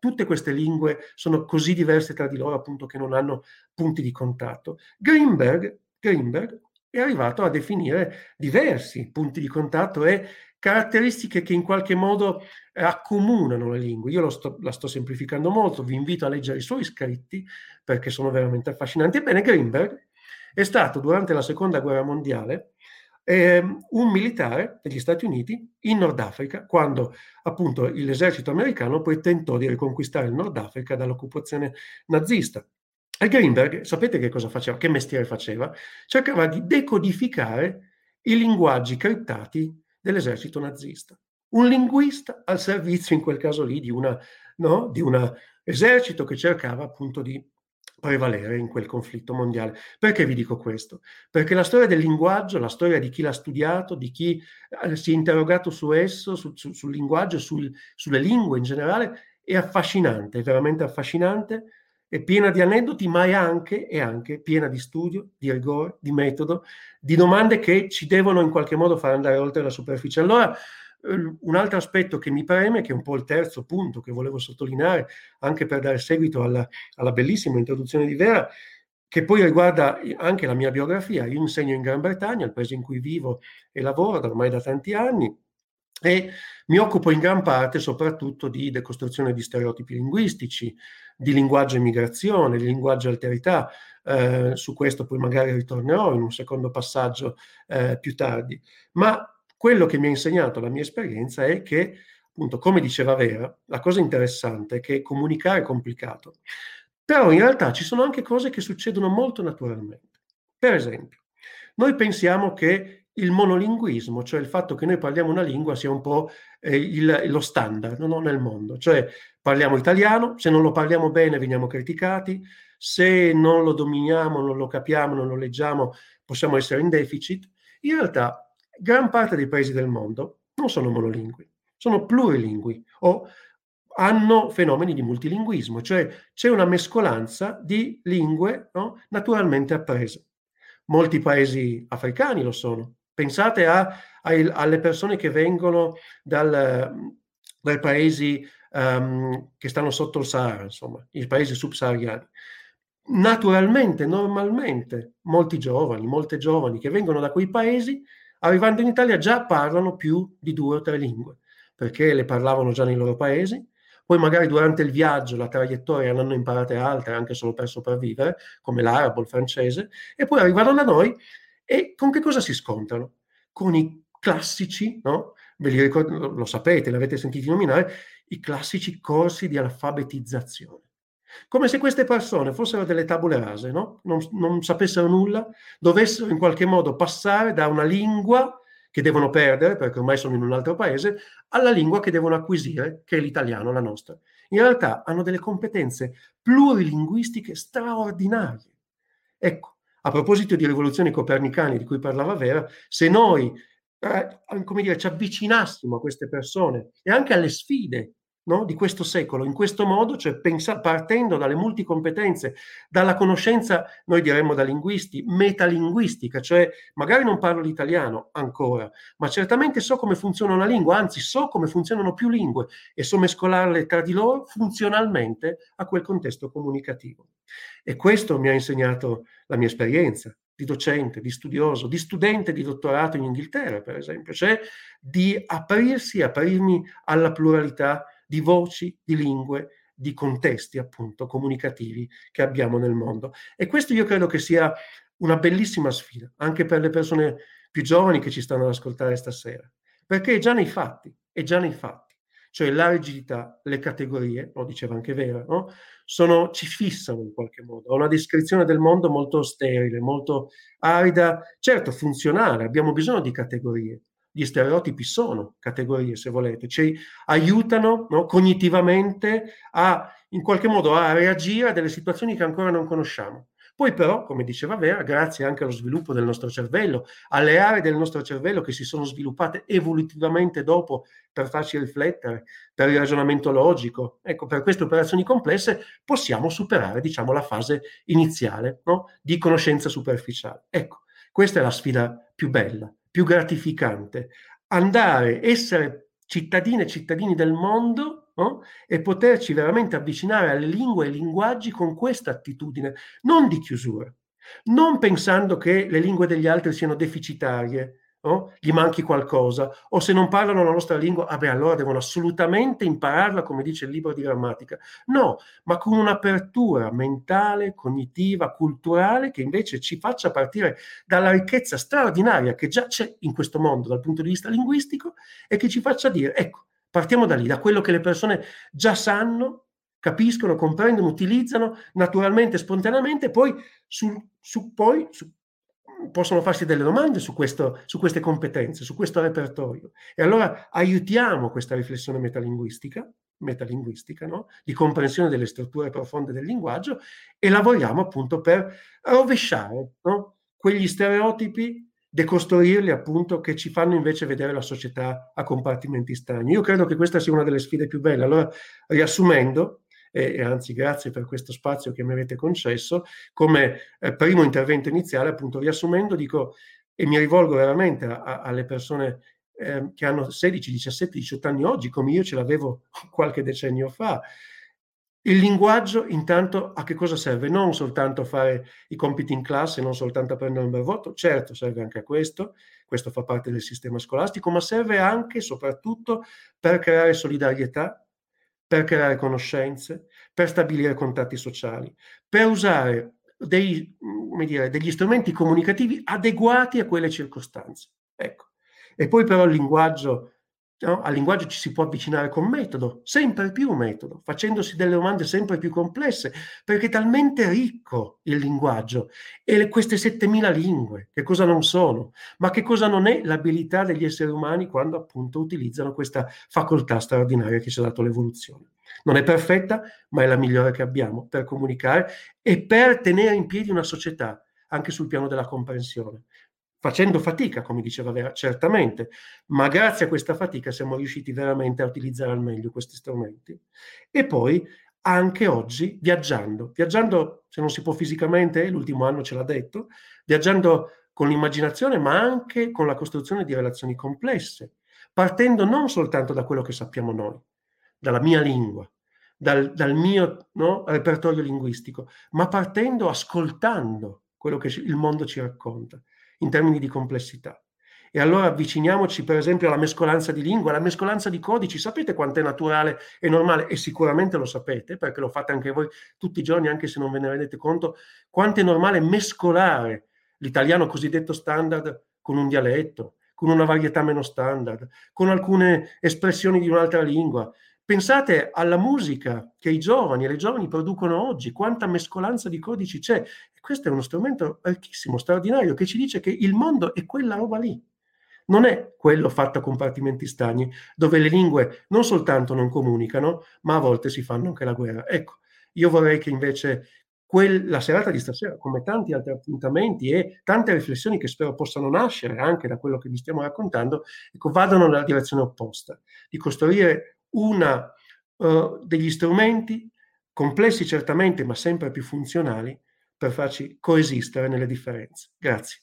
Speaker 4: tutte queste lingue sono così diverse tra di loro appunto che non hanno punti di contatto. Greenberg, Greenberg è arrivato a definire diversi punti di contatto e caratteristiche che in qualche modo eh, accomunano le lingue. Io lo sto, la sto semplificando molto, vi invito a leggere i suoi scritti perché sono veramente affascinanti. Ebbene, Greenberg è stato durante la seconda guerra mondiale eh, un militare degli Stati Uniti in Nord Africa, quando appunto l'esercito americano poi tentò di riconquistare il Nord Africa dall'occupazione nazista. E Greenberg, sapete che cosa faceva? Che mestiere faceva? Cercava di decodificare i linguaggi criptati dell'esercito nazista. Un linguista al servizio, in quel caso lì, di una, no? di un esercito che cercava appunto di prevalere in quel conflitto mondiale. Perché vi dico questo? Perché la storia del linguaggio, la storia di chi l'ha studiato, di chi eh, si è interrogato su esso, su, su, sul linguaggio, sul, sulle lingue in generale, è affascinante, è veramente affascinante, è piena di aneddoti, ma è anche, è anche piena di studio, di rigore, di metodo, di domande che ci devono in qualche modo far andare oltre la superficie. Allora, un altro aspetto che mi preme, che è un po' il terzo punto che volevo sottolineare, anche per dare seguito alla, alla bellissima introduzione di Vera, che poi riguarda anche la mia biografia. Io insegno in Gran Bretagna, il paese in cui vivo e lavoro da ormai da tanti anni, e mi occupo in gran parte soprattutto di decostruzione di stereotipi linguistici, di linguaggio e migrazione, di linguaggio e alterità. Eh, su questo poi magari ritornerò in un secondo passaggio eh, più tardi. Ma quello che mi ha insegnato la mia esperienza è che, appunto, come diceva Vera, la cosa interessante è che comunicare è complicato. Però in realtà ci sono anche cose che succedono molto naturalmente. Per esempio, noi pensiamo che il monolinguismo, cioè il fatto che noi parliamo una lingua, sia un po' eh, il, lo standard, no? Nel mondo. Cioè parliamo italiano, se non lo parliamo bene veniamo criticati, se non lo dominiamo, non lo capiamo, non lo leggiamo, possiamo essere in deficit. In realtà gran parte dei paesi del mondo non sono monolingui, sono plurilingui o hanno fenomeni di multilinguismo, cioè c'è una mescolanza di lingue, no? Naturalmente apprese. Molti paesi africani lo sono. Pensate a, a, alle persone che vengono dal, dai paesi um, che stanno sotto il Sahara, insomma, i paesi subsahariani. Naturalmente, normalmente, molti giovani, molte giovani che vengono da quei paesi, arrivando in Italia già parlano più di due o tre lingue, perché le parlavano già nei loro paesi. Poi magari durante il viaggio, la traiettoria, ne hanno imparate altre anche solo per sopravvivere, come l'arabo, il francese, e poi arrivano da noi e con che cosa si scontrano? Con i classici, no? Ve li ricordo, lo sapete, l'avete sentiti nominare, i classici corsi di alfabetizzazione. Come se queste persone fossero delle tabule rase, no? Non, non sapessero nulla, dovessero in qualche modo passare da una lingua che devono perdere, perché ormai sono in un altro paese, alla lingua che devono acquisire, che è l'italiano, la nostra. In realtà hanno delle competenze plurilinguistiche straordinarie. Ecco, a proposito di rivoluzioni copernicane di cui parlava Vera, se noi eh, come dire, ci avvicinassimo a queste persone e anche alle sfide, no, di questo secolo, in questo modo, cioè pensa, partendo dalle multicompetenze, dalla conoscenza, noi diremmo da linguisti, metalinguistica, cioè magari non parlo l'italiano ancora, ma certamente so come funziona una lingua, anzi so come funzionano più lingue e so mescolarle tra di loro funzionalmente a quel contesto comunicativo. E questo mi ha insegnato la mia esperienza di docente, di studioso, di studente di dottorato in Inghilterra, per esempio, cioè di aprirsi, aprirmi alla pluralità di voci, di lingue, di contesti appunto comunicativi che abbiamo nel mondo. E questo io credo che sia una bellissima sfida, anche per le persone più giovani che ci stanno ad ascoltare stasera, perché è già nei fatti, è già nei fatti. Cioè la rigidità, le categorie, lo diceva anche Vera, no? Sono, ci fissano in qualche modo, ha una descrizione del mondo molto sterile, molto arida, certo funzionale, abbiamo bisogno di categorie. Gli stereotipi sono categorie, se volete, ci aiutano, no, cognitivamente a, in qualche modo, a reagire a delle situazioni che ancora non conosciamo. Poi però, come diceva Vera, grazie anche allo sviluppo del nostro cervello, alle aree del nostro cervello che si sono sviluppate evolutivamente dopo per farci riflettere, per il ragionamento logico, ecco, per queste operazioni complesse possiamo superare, diciamo, la fase iniziale, no, di conoscenza superficiale. Ecco, questa è la sfida più bella, più gratificante, andare, essere cittadine e cittadini del mondo no? E poterci veramente avvicinare alle lingue e ai linguaggi con questa attitudine, non di chiusura, non pensando che le lingue degli altri siano deficitarie, no? Gli manchi qualcosa, o se non parlano la nostra lingua, vabbè, allora devono assolutamente impararla come dice il libro di grammatica. No, ma con un'apertura mentale, cognitiva, culturale, che invece ci faccia partire dalla ricchezza straordinaria che già c'è in questo mondo dal punto di vista linguistico e che ci faccia dire, ecco, partiamo da lì, da quello che le persone già sanno, capiscono, comprendono, utilizzano naturalmente, spontaneamente, poi, su, su, poi su, possono farsi delle domande su, questo, su queste competenze, su questo repertorio. E allora aiutiamo questa riflessione metalinguistica, metalinguistica, no? Di comprensione delle strutture profonde del linguaggio, e lavoriamo appunto per rovesciare, no? Quegli stereotipi, decostruirli appunto, che ci fanno invece vedere la società a compartimenti stagni. Io credo che questa sia una delle sfide più belle. Allora, riassumendo, e anzi grazie per questo spazio che mi avete concesso, come eh, primo intervento iniziale, appunto riassumendo, dico, e mi rivolgo veramente a, a, alle persone eh, che hanno sedici, diciassette, diciotto anni oggi, come io ce l'avevo qualche decennio fa. Il linguaggio intanto a che cosa serve? Non soltanto a fare i compiti in classe, non soltanto a prendere un bel voto, certo serve anche a questo, questo fa parte del sistema scolastico, ma serve anche e soprattutto per creare solidarietà, per creare conoscenze, per stabilire contatti sociali, per usare dei, come dire, degli strumenti comunicativi adeguati a quelle circostanze. Ecco. E poi però il linguaggio, no? Al linguaggio ci si può avvicinare con metodo, sempre più metodo, facendosi delle domande sempre più complesse, perché è talmente ricco il linguaggio e le, queste settemila lingue, che cosa non sono, ma che cosa non è l'abilità degli esseri umani quando appunto utilizzano questa facoltà straordinaria che ci ha dato l'evoluzione. Non è perfetta, ma è la migliore che abbiamo per comunicare e per tenere in piedi una società, anche sul piano della comprensione. Facendo fatica, come diceva Vera, certamente, ma grazie a questa fatica siamo riusciti veramente a utilizzare al meglio questi strumenti. E poi anche oggi viaggiando, viaggiando se non si può fisicamente, l'ultimo anno ce l'ha detto, viaggiando con l'immaginazione, ma anche con la costruzione di relazioni complesse, partendo non soltanto da quello che sappiamo noi, dalla mia lingua, dal, dal mio, no, repertorio linguistico, ma partendo ascoltando quello che il mondo ci racconta in termini di complessità. E allora avviciniamoci per esempio alla mescolanza di lingua, alla mescolanza di codici. Sapete quanto è naturale e normale? E sicuramente lo sapete, perché lo fate anche voi tutti i giorni, anche se non ve ne rendete conto, quanto è normale mescolare l'italiano cosiddetto standard con un dialetto, con una varietà meno standard, con alcune espressioni di un'altra lingua. Pensate alla musica che i giovani e le giovani producono oggi, quanta mescolanza di codici c'è. E questo è uno strumento ricchissimo, straordinario, che ci dice che il mondo è quella roba lì. Non è quello fatto a compartimenti stagni, dove le lingue non soltanto non comunicano, ma a volte si fanno anche la guerra. Ecco, io vorrei che invece quel, la serata di stasera, come tanti altri appuntamenti e tante riflessioni che spero possano nascere anche da quello che vi stiamo raccontando, ecco, vadano nella direzione opposta, di costruire una, uh, degli strumenti complessi certamente, ma sempre più funzionali, per farci coesistere nelle differenze. Grazie.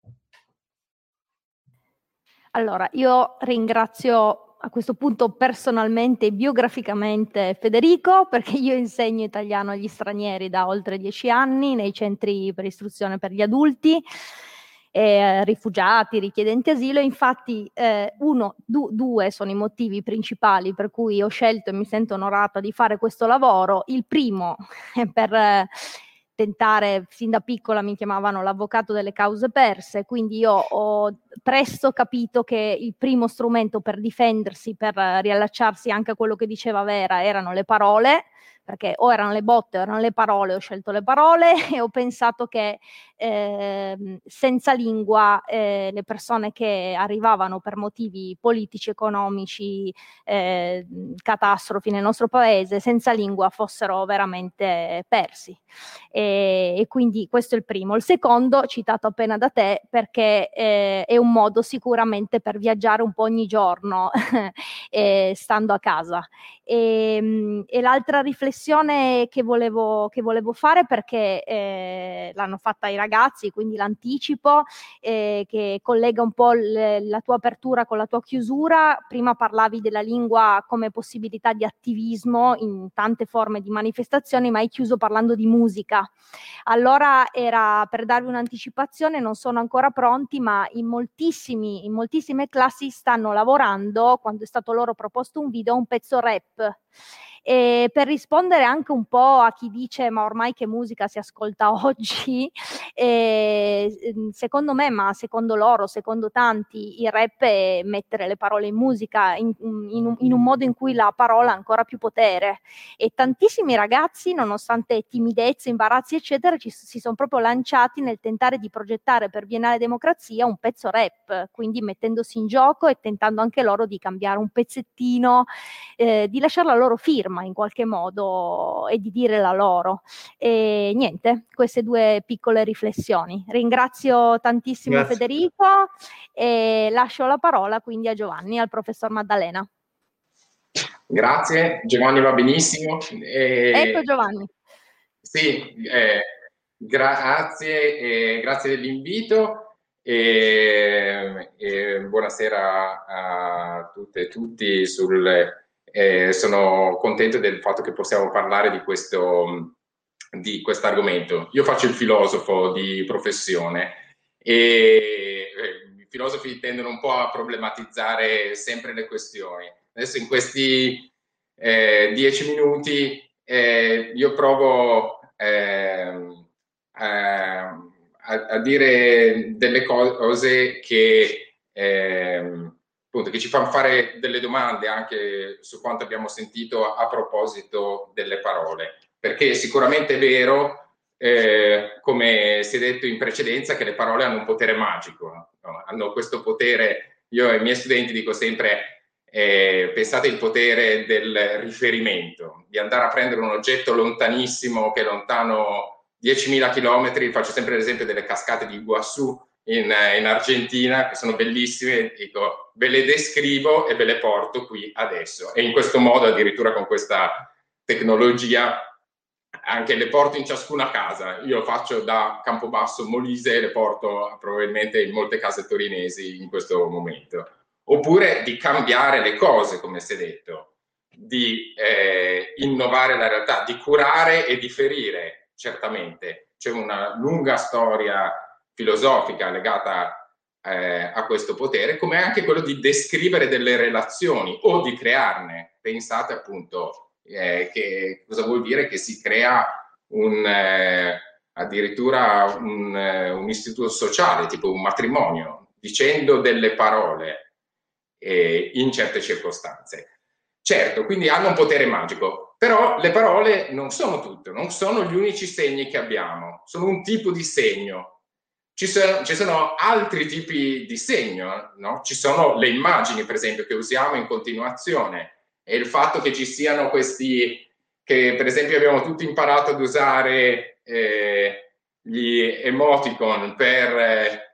Speaker 2: Allora, io ringrazio a questo punto personalmente e biograficamente Federico, perché io insegno italiano agli stranieri da oltre dieci anni nei centri per istruzione per gli adulti, eh, rifugiati, richiedenti asilo. Infatti eh, uno, du, due sono i motivi principali per cui ho scelto e mi sento onorata di fare questo lavoro. Il primo è per eh, tentare, fin da piccola mi chiamavano l'avvocato delle cause perse, quindi io ho presto capito che il primo strumento per difendersi, per riallacciarsi anche a quello che diceva Vera, erano le parole, perché o erano le botte o erano le parole, ho scelto le parole e ho pensato che eh, senza lingua eh, le persone che arrivavano per motivi politici, economici, eh, catastrofi nel nostro paese, senza lingua fossero veramente persi. E e, e quindi questo è il primo. Il secondo, citato appena da te, perché eh, è un modo sicuramente per viaggiare un po' ogni giorno eh, stando a casa. E, e l'altra riflessione che volevo, che volevo fare, perché eh, l'hanno fatta i ragazzi, quindi l'anticipo, eh, che collega un po' l- la tua apertura con la tua chiusura. Prima parlavi della lingua come possibilità di attivismo in tante forme di manifestazioni, ma hai chiuso parlando di musica. Allora era per darvi un'anticipazione, non sono ancora pronti, ma in moltissimi, in moltissime classi stanno lavorando, quando è stato loro proposto un video, un pezzo rap. E per rispondere anche un po' a chi dice ma ormai che musica si ascolta oggi, eh, secondo me, ma secondo loro, secondo tanti, il rap è mettere le parole in musica in, in, un, in un modo in cui la parola ha ancora più potere, e tantissimi ragazzi, nonostante timidezze, imbarazzi eccetera, ci, si sono proprio lanciati nel tentare di progettare per Biennale Democrazia un pezzo rap, quindi mettendosi in gioco e tentando anche loro di cambiare un pezzettino, eh, di lasciare la loro firma in qualche modo e di dire la loro. E niente, queste due piccole riflessioni. Ringrazio tantissimo Grazie. Federico e lascio la parola quindi a Giovanni, al professor Maddalena.
Speaker 5: Grazie, Giovanni va benissimo. E...
Speaker 2: Ecco Giovanni.
Speaker 5: Sì, eh, grazie, eh, grazie dell'invito e, e buonasera a tutte e tutti. Sul, eh, sono contento del fatto che possiamo parlare di questo di questo argomento. Io faccio il filosofo di professione e eh, i filosofi tendono un po' a problematizzare sempre le questioni. Adesso in questi eh, dieci minuti eh, io provo eh, a, a dire delle cose che, eh, appunto, che ci fanno fare delle domande anche su quanto abbiamo sentito a proposito delle parole. Perché sicuramente è vero, eh, come si è detto in precedenza, che le parole hanno un potere magico, no? Hanno questo potere. Io ai miei studenti dico sempre, eh, pensate al potere del riferimento, di andare a prendere un oggetto lontanissimo, che è lontano diecimila chilometri. Faccio sempre l'esempio delle cascate di Iguazú in, in Argentina, che sono bellissime, dico, ve le descrivo e ve le porto qui adesso. E in questo modo, addirittura con questa tecnologia, anche le porto in ciascuna casa. Io faccio da Campobasso Molise e le porto probabilmente in molte case torinesi in questo momento. Oppure di cambiare le cose, come si è detto, di eh, innovare la realtà, di curare e di ferire. Certamente c'è una lunga storia filosofica legata eh, a questo potere, come anche quello di descrivere delle relazioni o di crearne. Pensate appunto Eh, che cosa vuol dire? Che si crea un, eh, addirittura un, eh, un istituto sociale, tipo un matrimonio, dicendo delle parole eh, in certe circostanze. Certo, quindi hanno un potere magico, però le parole non sono tutto, non sono gli unici segni che abbiamo, sono un tipo di segno. Ci sono, ci sono altri tipi di segno, no? Ci sono le immagini, per esempio, che usiamo in continuazione. E il fatto che ci siano questi, che per esempio abbiamo tutti imparato ad usare eh, gli emoticon per,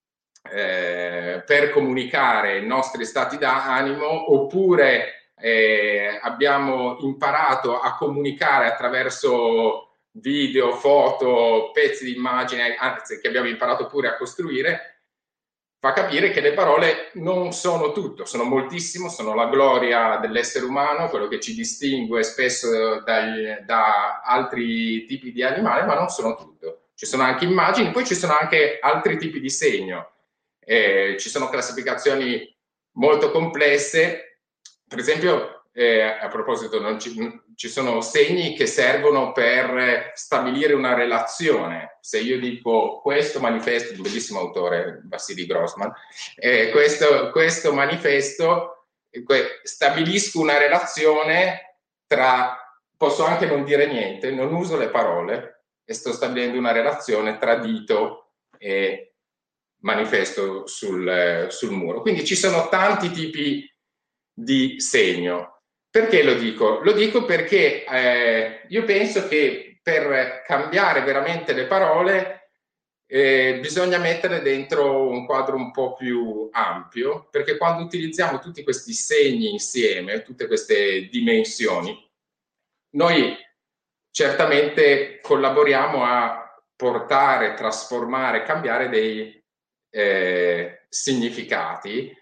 Speaker 5: eh, per comunicare i nostri stati d'animo, oppure eh, abbiamo imparato a comunicare attraverso video, foto, pezzi di immagine, anzi che abbiamo imparato pure a costruire, fa capire che le parole non sono tutto, sono moltissimo, sono la gloria dell'essere umano, quello che ci distingue spesso dagli, da altri tipi di animali, ma non sono tutto. Ci sono anche immagini, poi ci sono anche altri tipi di segno. Eh, ci sono classificazioni molto complesse, per esempio, eh, a proposito, non ci, ci sono segni che servono per stabilire una relazione. Se io dico questo manifesto, un bellissimo autore, Vassili Grossman, eh, questo, questo manifesto, eh, stabilisco una relazione tra, posso anche non dire niente, non uso le parole e sto stabilendo una relazione tra dito e manifesto sul, sul muro. Quindi ci sono tanti tipi di segno. Perché lo dico? Lo dico perché eh, io penso che per cambiare veramente le parole eh, bisogna metterle dentro un quadro un po' più ampio, perché quando utilizziamo tutti questi segni insieme, tutte queste dimensioni, noi certamente collaboriamo a portare, trasformare, cambiare dei eh, significati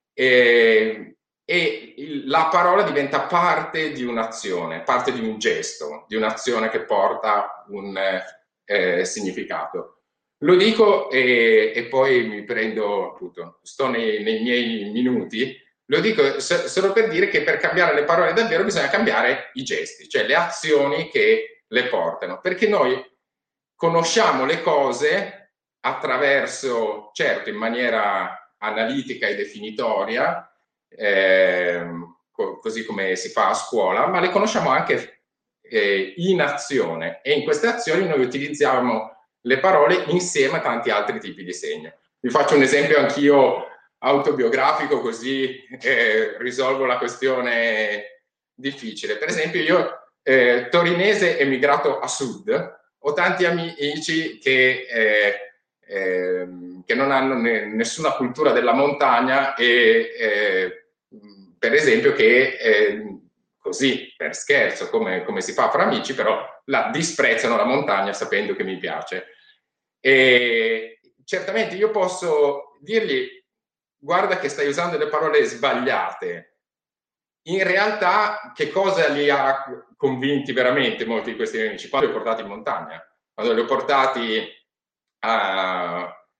Speaker 5: e, e il, la parola diventa parte di un'azione, parte di un gesto, di un'azione che porta un eh, significato. Lo dico e, e poi mi prendo, appunto, sto nei, nei miei minuti, lo dico so, solo per dire che per cambiare le parole davvero bisogna cambiare i gesti, cioè le azioni che le portano, perché noi conosciamo le cose attraverso, certo, in maniera analitica e definitoria, eh, co- così come si fa a scuola, ma le conosciamo anche eh, in azione, e in queste azioni noi utilizziamo le parole insieme a tanti altri tipi di segno. Vi faccio un esempio anch'io autobiografico, così eh, risolvo la questione difficile. Per esempio, io eh, torinese emigrato a sud, ho tanti amici che, eh, eh, che non hanno ne, nessuna cultura della montagna e eh, per esempio che eh, così per scherzo, come, come si fa fra amici, però la disprezzano la montagna sapendo che mi piace. E certamente io posso dirgli: guarda che stai usando le parole sbagliate. In realtà che cosa li ha convinti veramente molti di questi miei amici? Quando li ho portati in montagna, quando li ho portati a,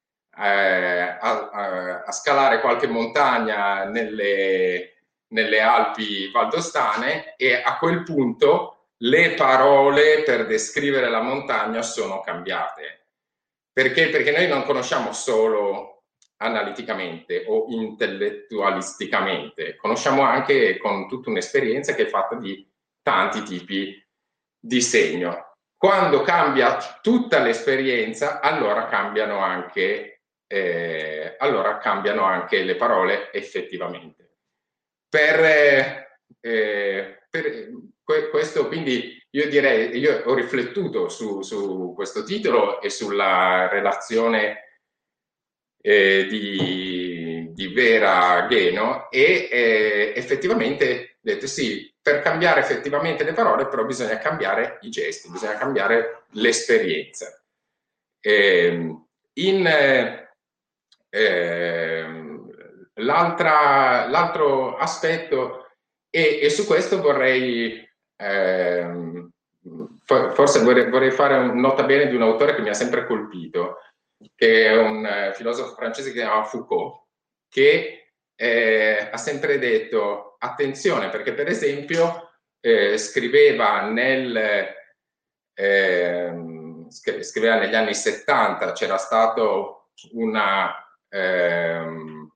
Speaker 5: a, a, a scalare qualche montagna nelle, nelle Alpi valdostane, e a quel punto le parole per descrivere la montagna sono cambiate. Perché? Perché noi non conosciamo solo analiticamente o intellettualisticamente, conosciamo anche con tutta un'esperienza che è fatta di tanti tipi di segno. Quando cambia tutta l'esperienza, allora cambiano anche, eh, allora cambiano anche le parole effettivamente. Per, eh, per questo, quindi, io direi, io ho riflettuto su, su questo titolo e sulla relazione eh, di, di Vera Gheno, e eh, effettivamente ho detto sì, per cambiare effettivamente le parole però bisogna cambiare i gesti, bisogna cambiare l'esperienza. Eh, in eh, l'altro aspetto, e, e su questo vorrei Eh, forse vorrei, vorrei fare un nota bene di un autore che mi ha sempre colpito, che è un eh, filosofo francese che si chiama Foucault, che eh, ha sempre detto attenzione, perché per esempio eh, scriveva nel eh, scriveva negli anni settanta, c'era stato una ehm,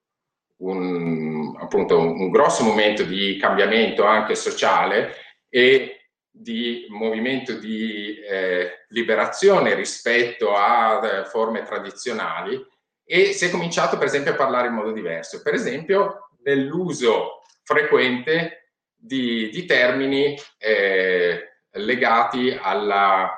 Speaker 5: un, appunto un grosso momento di cambiamento anche sociale e di movimento di eh, liberazione rispetto a eh, forme tradizionali, e si è cominciato per esempio a parlare in modo diverso, per esempio nell'uso frequente di, di termini eh, legati alla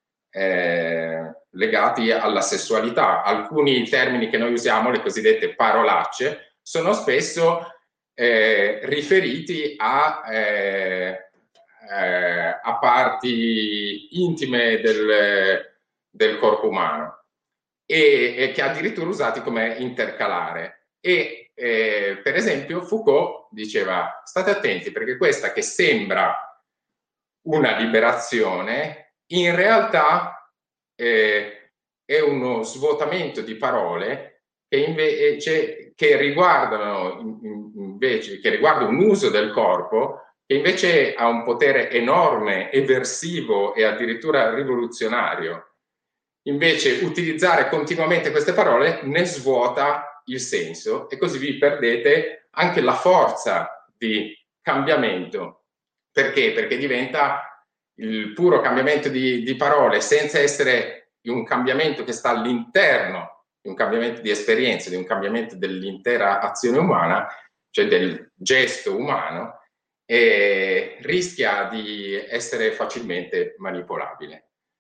Speaker 5: eh, legati alla sessualità. Alcuni termini che noi usiamo, le cosiddette parolacce, sono spesso eh, riferiti a eh, Eh, a parti intime del, del corpo umano, e, e che addirittura usati come intercalare. E eh, per esempio Foucault diceva: state attenti, perché questa che sembra una liberazione in realtà eh, è uno svuotamento di parole che invece che riguardano invece che riguarda un uso del corpo che invece ha un potere enorme, eversivo e addirittura rivoluzionario. Invece utilizzare continuamente queste parole ne svuota il senso, e così vi perdete anche la forza di cambiamento. Perché? Perché diventa il puro cambiamento di, di parole, senza essere un cambiamento che sta all'interno di un cambiamento di esperienza, di un cambiamento dell'intera azione umana, cioè del gesto umano, e rischia di essere facilmente manipolabile.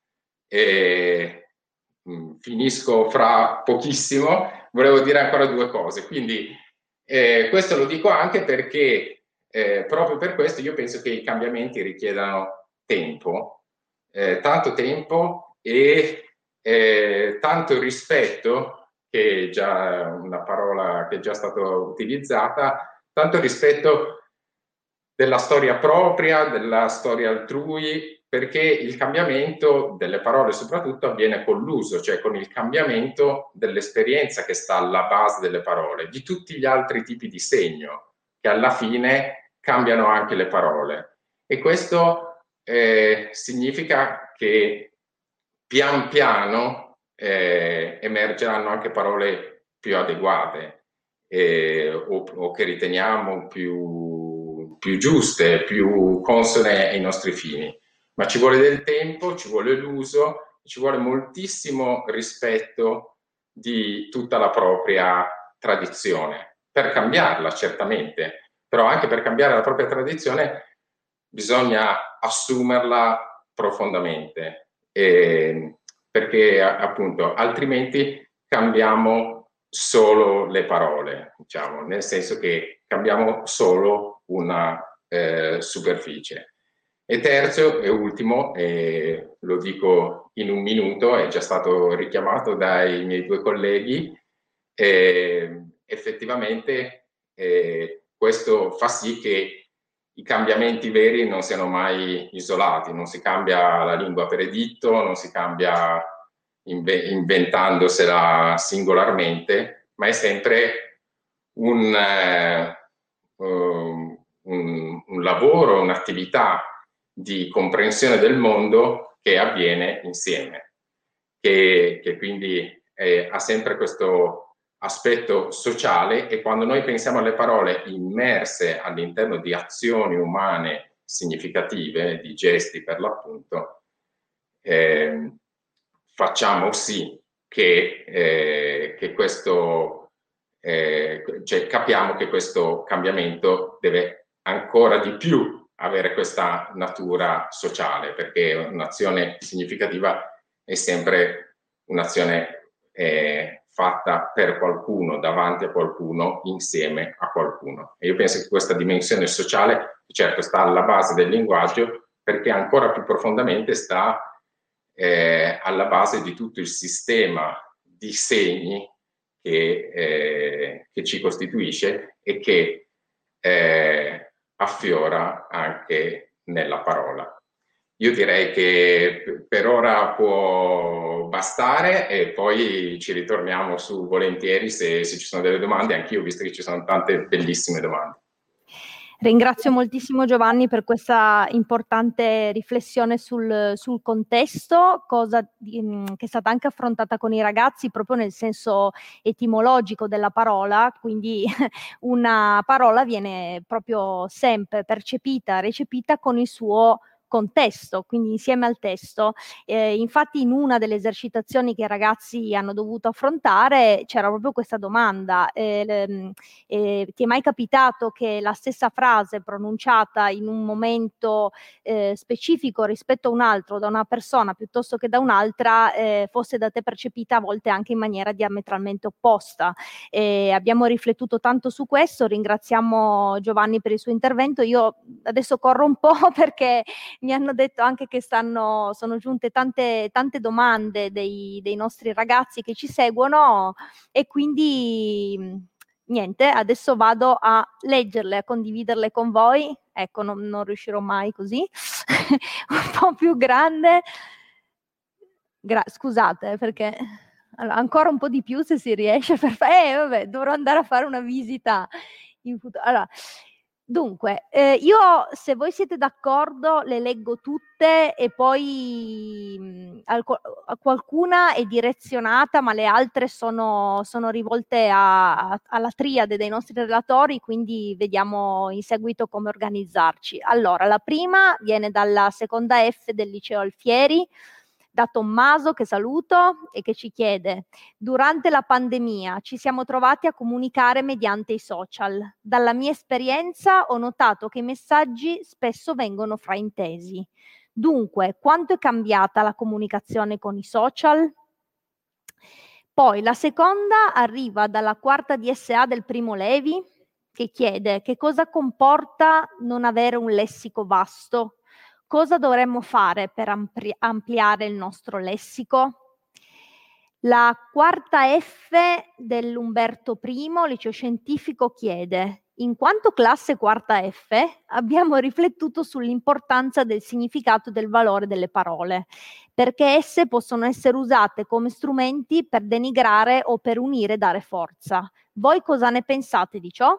Speaker 5: e mh, finisco fra pochissimo, volevo dire ancora due cose. Quindi eh, questo lo dico anche perché eh, proprio per questo io penso che i cambiamenti richiedano tempo, eh, tanto tempo e eh, tanto rispetto, che è già una parola che è già stata utilizzata, tanto rispetto della storia propria, della storia altrui, perché il cambiamento delle parole soprattutto avviene con l'uso, cioè con il cambiamento dell'esperienza che sta alla base delle parole, di tutti gli altri tipi di segno, che alla fine cambiano anche le parole. E questo eh, significa che pian piano eh, emergeranno anche parole più adeguate eh, o, o che riteniamo più, più giuste, più consone ai nostri fini. Ma ci vuole del tempo, ci vuole l'uso, ci vuole moltissimo rispetto di tutta la propria tradizione, per cambiarla certamente, però anche per cambiare la propria tradizione bisogna assumerla profondamente, eh, perché appunto altrimenti cambiamo solo le parole, diciamo, nel senso che cambiamo solo una eh, superficie. E terzo e ultimo, eh, lo dico in un minuto, è già stato richiamato dai miei due colleghi, eh, effettivamente eh, questo fa sì che i cambiamenti veri non siano mai isolati, non si cambia la lingua per editto, non si cambia inve- inventandosela singolarmente, ma è sempre un, eh, um, un, un lavoro, un'attività di comprensione del mondo che avviene insieme, che, che quindi eh, ha sempre questo aspetto sociale, e quando noi pensiamo alle parole immerse all'interno di azioni umane significative, di gesti per l'appunto, eh, facciamo sì che, eh, che questo, eh, cioè capiamo che questo cambiamento deve ancora di più avere questa natura sociale, perché un'azione significativa è sempre un'azione eh, fatta per qualcuno, davanti a qualcuno, insieme a qualcuno. E io penso che questa dimensione sociale, certo, sta alla base del linguaggio, perché ancora più profondamente sta eh, alla base di tutto il sistema di segni che, eh, che ci costituisce e che eh, affiora anche nella parola. Io direi che per ora può bastare e poi ci ritorniamo su volentieri se, se ci sono delle domande, anch'io, visto che ci sono tante bellissime domande.
Speaker 2: Ringrazio moltissimo Giovanni per questa importante riflessione sul, sul contesto, cosa di, che è stata anche affrontata con i ragazzi proprio nel senso etimologico della parola, quindi una parola viene proprio sempre percepita, recepita con il suo contesto, quindi insieme al testo. Eh, infatti in una delle esercitazioni che i ragazzi hanno dovuto affrontare c'era proprio questa domanda, eh, eh, ti è mai capitato che la stessa frase pronunciata in un momento eh, specifico rispetto a un altro da una persona piuttosto che da un'altra eh, fosse da te percepita a volte anche in maniera diametralmente opposta? Eh, abbiamo riflettuto tanto su questo, ringraziamo Giovanni per il suo intervento. Io adesso corro un po' perché mi hanno detto anche che stanno, sono giunte tante, tante domande dei, dei nostri ragazzi che ci seguono e quindi niente, adesso vado a leggerle, a condividerle con voi. Ecco, non, non riuscirò mai così, un po' più grande. Gra- scusate, perché allora, ancora un po' di più se si riesce. Per fa- eh, vabbè, dovrò andare a fare una visita in futuro. Allora, dunque, eh, io se voi siete d'accordo le leggo tutte e poi mh, al, a qualcuna è direzionata, ma le altre sono, sono rivolte a, a, alla triade dei nostri relatori, quindi vediamo in seguito come organizzarci. Allora, la prima viene dalla seconda F del Liceo Alfieri, da Tommaso, che saluto, e che ci chiede: durante la pandemia ci siamo trovati a comunicare mediante i social. Dalla mia esperienza ho notato che i messaggi spesso vengono fraintesi. Dunque, quanto è cambiata la comunicazione con i social? Poi la seconda arriva dalla quarta D S A del Primo Levi, che chiede che cosa comporta non avere un lessico vasto, cosa dovremmo fare per ampli- ampliare il nostro lessico. La quarta F dell'Umberto I, liceo scientifico, chiede: in quanto classe quarta F abbiamo riflettuto sull'importanza del significato e del valore delle parole, perché esse possono essere usate come strumenti per denigrare o per unire e dare forza. Voi cosa ne pensate di ciò?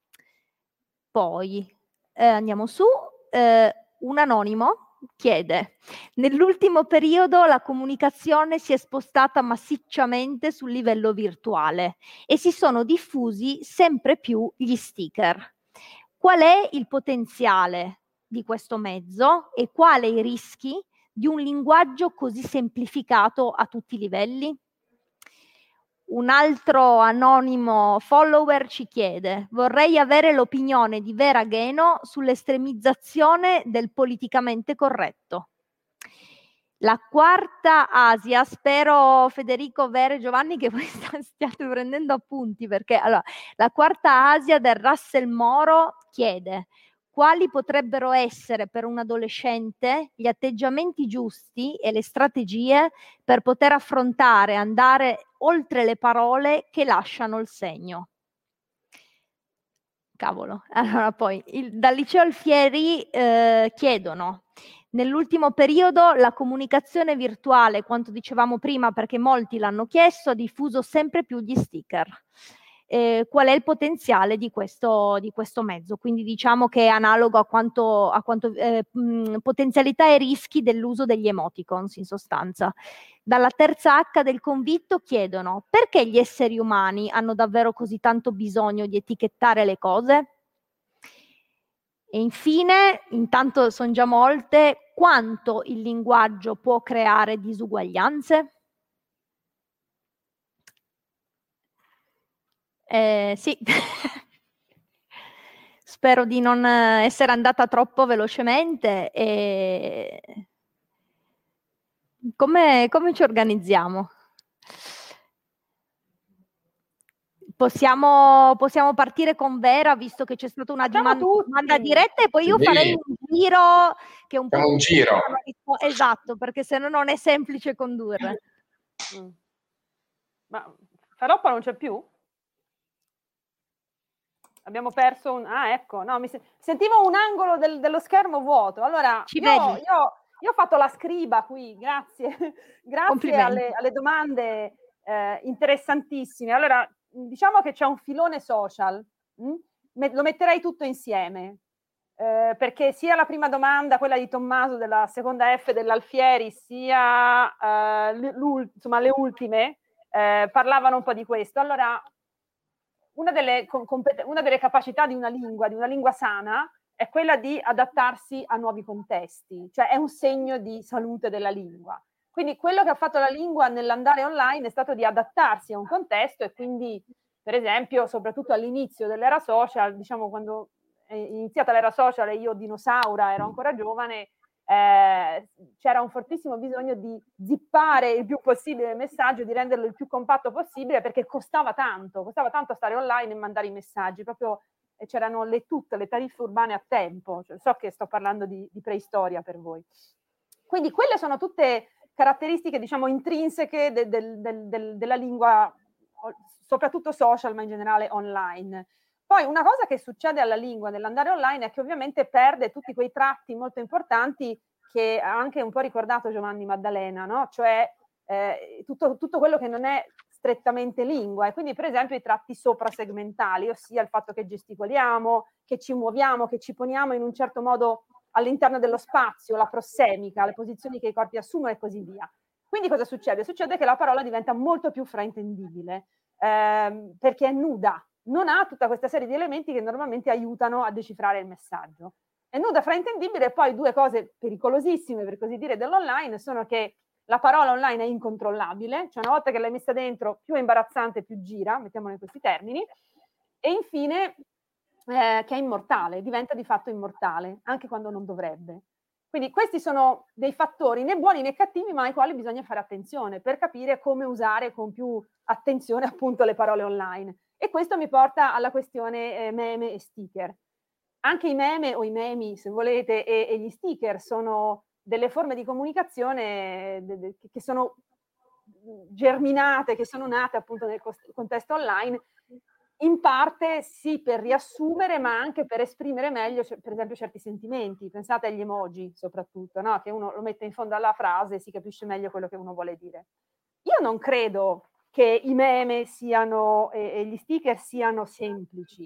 Speaker 2: Poi eh, andiamo su, eh, un anonimo chiede: nell'ultimo periodo la comunicazione si è spostata massicciamente sul livello virtuale e si sono diffusi sempre più gli sticker. Qual è il potenziale di questo mezzo e quali i rischi di un linguaggio così semplificato a tutti i livelli? Un altro anonimo follower ci chiede: vorrei avere l'opinione di Vera Gheno sull'estremizzazione del politicamente corretto. La quarta Asia, spero Federico, Vera e Giovanni che voi stiate prendendo appunti, perché allora, la quarta Asia del Russell Moro chiede: quali potrebbero essere per un adolescente gli atteggiamenti giusti e le strategie per poter affrontare, andare oltre le parole che lasciano il segno? Cavolo. Allora poi, il, dal liceo Alfieri eh, chiedono: nell'ultimo periodo la comunicazione virtuale, quanto dicevamo prima perché molti l'hanno chiesto, ha diffuso sempre più gli sticker. Eh, qual è il potenziale di questo, di questo mezzo? Quindi diciamo che è analogo a quanto, a quanto eh, mh, potenzialità e rischi dell'uso degli emoticons in sostanza. Dalla terza H del convitto chiedono: perché gli esseri umani hanno davvero così tanto bisogno di etichettare le cose? E infine, intanto sono già molte, quanto il linguaggio può creare disuguaglianze? Eh, sì, spero di non essere andata troppo velocemente. E... Come, come ci organizziamo? Possiamo, possiamo partire con Vera, visto che c'è stata una dimanda, domanda diretta, e poi io sì. farei un giro che un po'
Speaker 5: un giro.
Speaker 2: Esatto, perché se no non è semplice condurre.
Speaker 3: Mm. Ma Faroppa non c'è più? Abbiamo perso un... Ah, ecco, no, mi se... sentivo un angolo del, dello schermo vuoto. Allora,
Speaker 2: Ci
Speaker 3: io,
Speaker 2: vedi?
Speaker 3: io, io ho fatto la scriba qui, grazie. Grazie alle, alle domande eh, interessantissime. Allora, diciamo che c'è un filone social, hm? Me, lo metterei tutto insieme, eh, perché sia la prima domanda, quella di Tommaso della seconda F dell'Alfieri, sia eh, insomma, le ultime, eh, parlavano un po' di questo. Allora, una delle, una delle capacità di una lingua, di una lingua sana, è quella di adattarsi a nuovi contesti, cioè è un segno di salute della lingua. Quindi quello che ha fatto la lingua nell'andare online è stato di adattarsi a un contesto, e quindi, per esempio, soprattutto all'inizio dell'era social, diciamo quando è iniziata l'era social e io dinosaura ero ancora giovane, eh, c'era un fortissimo bisogno di zippare il più possibile il messaggio, di renderlo il più compatto possibile, perché costava tanto, costava tanto stare online e mandare i messaggi, proprio e c'erano le, tutte le tariffe urbane a tempo, cioè, so che sto parlando di, di preistoria per voi. Quindi quelle sono tutte caratteristiche, diciamo, intrinseche de, de, de, de, della lingua, soprattutto social, ma in generale online. Poi una cosa che succede alla lingua nell'andare online è che ovviamente perde tutti quei tratti molto importanti che ha anche un po' ricordato Giovanni Maddalena, no? Cioè eh, tutto, tutto quello che non è strettamente lingua, e quindi per esempio i tratti soprasegmentali, ossia il fatto che gesticoliamo, che ci muoviamo, che ci poniamo in un certo modo all'interno dello spazio, la prossemica, le posizioni che i corpi assumono e così via. Quindi cosa succede? Succede che la parola diventa molto più fraintendibile, ehm, perché è nuda, non ha tutta questa serie di elementi che normalmente aiutano a decifrare il messaggio. È nuda, fraintendibile, e poi due cose pericolosissime, per così dire, dell'online sono che la parola online è incontrollabile, cioè una volta che l'hai messa dentro, più è imbarazzante, più gira, mettiamolo in questi termini, e infine eh, che è immortale, diventa di fatto immortale, anche quando non dovrebbe. Quindi questi sono dei fattori né buoni né cattivi, ma ai quali bisogna fare attenzione per capire come usare con più attenzione appunto le parole online. E questo mi porta alla questione eh, meme e sticker. Anche i meme o i memi, se volete, e, e gli sticker sono delle forme di comunicazione de, de, che sono germinate, che sono nate appunto nel contesto online, in parte sì per riassumere, ma anche per esprimere meglio, cioè, per esempio, certi sentimenti. Pensate agli emoji soprattutto, no? Che uno lo mette in fondo alla frase e si capisce meglio quello che uno vuole dire. Io non credo che i meme siano e, e gli sticker siano semplici.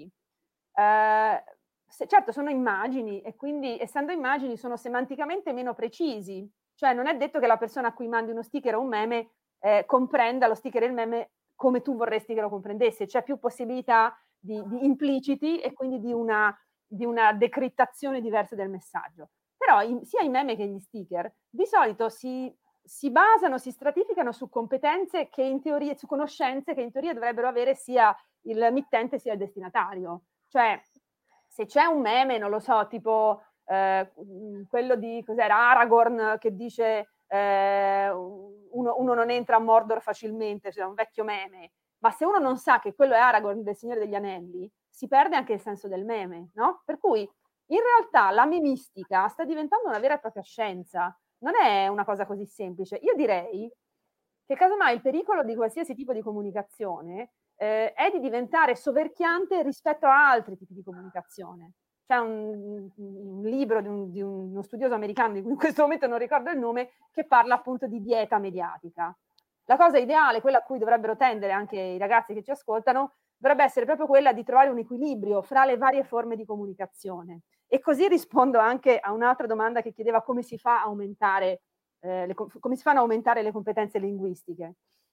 Speaker 3: Eh, se, certo, sono immagini e quindi, essendo immagini, sono semanticamente meno precisi. Cioè non è detto che la persona a cui mandi uno sticker o un meme eh, comprenda lo sticker e il meme come tu vorresti che lo comprendesse. C'è più possibilità di, di impliciti e quindi di una, di una decrittazione diversa del messaggio. Però i, sia i meme che gli sticker di solito si, si basano, si stratificano su competenze che in teoria, su conoscenze che in teoria dovrebbero avere sia il mittente sia il destinatario. Cioè, se c'è un meme, non lo so, tipo eh, quello di, cos'era, Aragorn, che dice eh, uno, uno non entra a Mordor facilmente, cioè un vecchio meme, ma se uno non sa che quello è Aragorn del Signore degli Anelli, si perde anche il senso del meme, no? Per cui in realtà la memistica sta diventando una vera e propria scienza, non è una cosa così semplice. Io direi che casomai il pericolo di qualsiasi tipo di comunicazione eh, è di diventare soverchiante rispetto a altri tipi di comunicazione. C'è un, un libro di, un, di uno studioso americano, di cui in questo momento non ricordo il nome, che parla appunto di dieta mediatica. La cosa ideale, quella a cui dovrebbero tendere anche i ragazzi che ci ascoltano, dovrebbe essere proprio quella di trovare un equilibrio fra le varie forme di comunicazione. E così rispondo anche a un'altra domanda che chiedeva come si fa a aumentare, eh, le, come si fanno a aumentare le competenze linguistiche.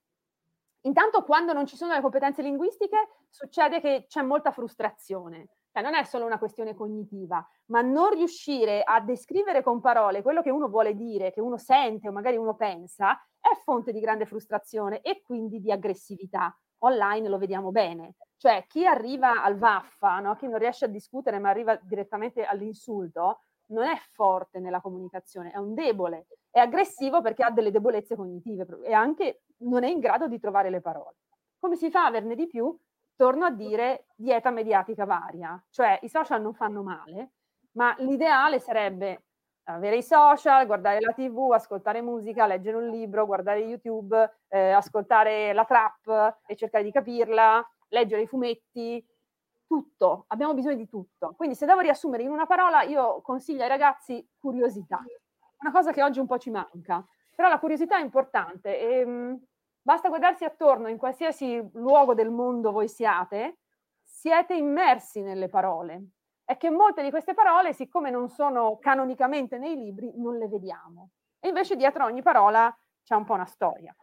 Speaker 3: Intanto, quando non ci sono le competenze linguistiche, succede che c'è molta frustrazione. Cioè, non è solo una questione cognitiva, ma non riuscire a descrivere con parole quello che uno vuole dire, che uno sente o magari uno pensa, è fonte di grande frustrazione e quindi di aggressività. Online lo vediamo bene. Cioè, chi arriva al vaffa, no? Chi non riesce a discutere ma arriva direttamente all'insulto, non è forte nella comunicazione, è un debole. È aggressivo perché ha delle debolezze cognitive e anche non è in grado di trovare le parole. Come si fa a averne di più? Torno a dire dieta mediatica varia. Cioè, i social non fanno male, ma l'ideale sarebbe avere i social, guardare la tivù, ascoltare musica, leggere un libro, guardare YouTube, eh, ascoltare la trap e cercare di capirla, leggere i fumetti, tutto. Abbiamo bisogno di tutto. Quindi se devo riassumere in una parola, io consiglio ai ragazzi curiosità. Una cosa che oggi un po' ci manca. Però la curiosità è importante e mh, basta guardarsi attorno in qualsiasi luogo del mondo voi siate, siete immersi nelle parole. È che molte di queste parole, siccome non sono canonicamente nei libri, non le vediamo. E invece dietro ogni parola c'è un po' una storia.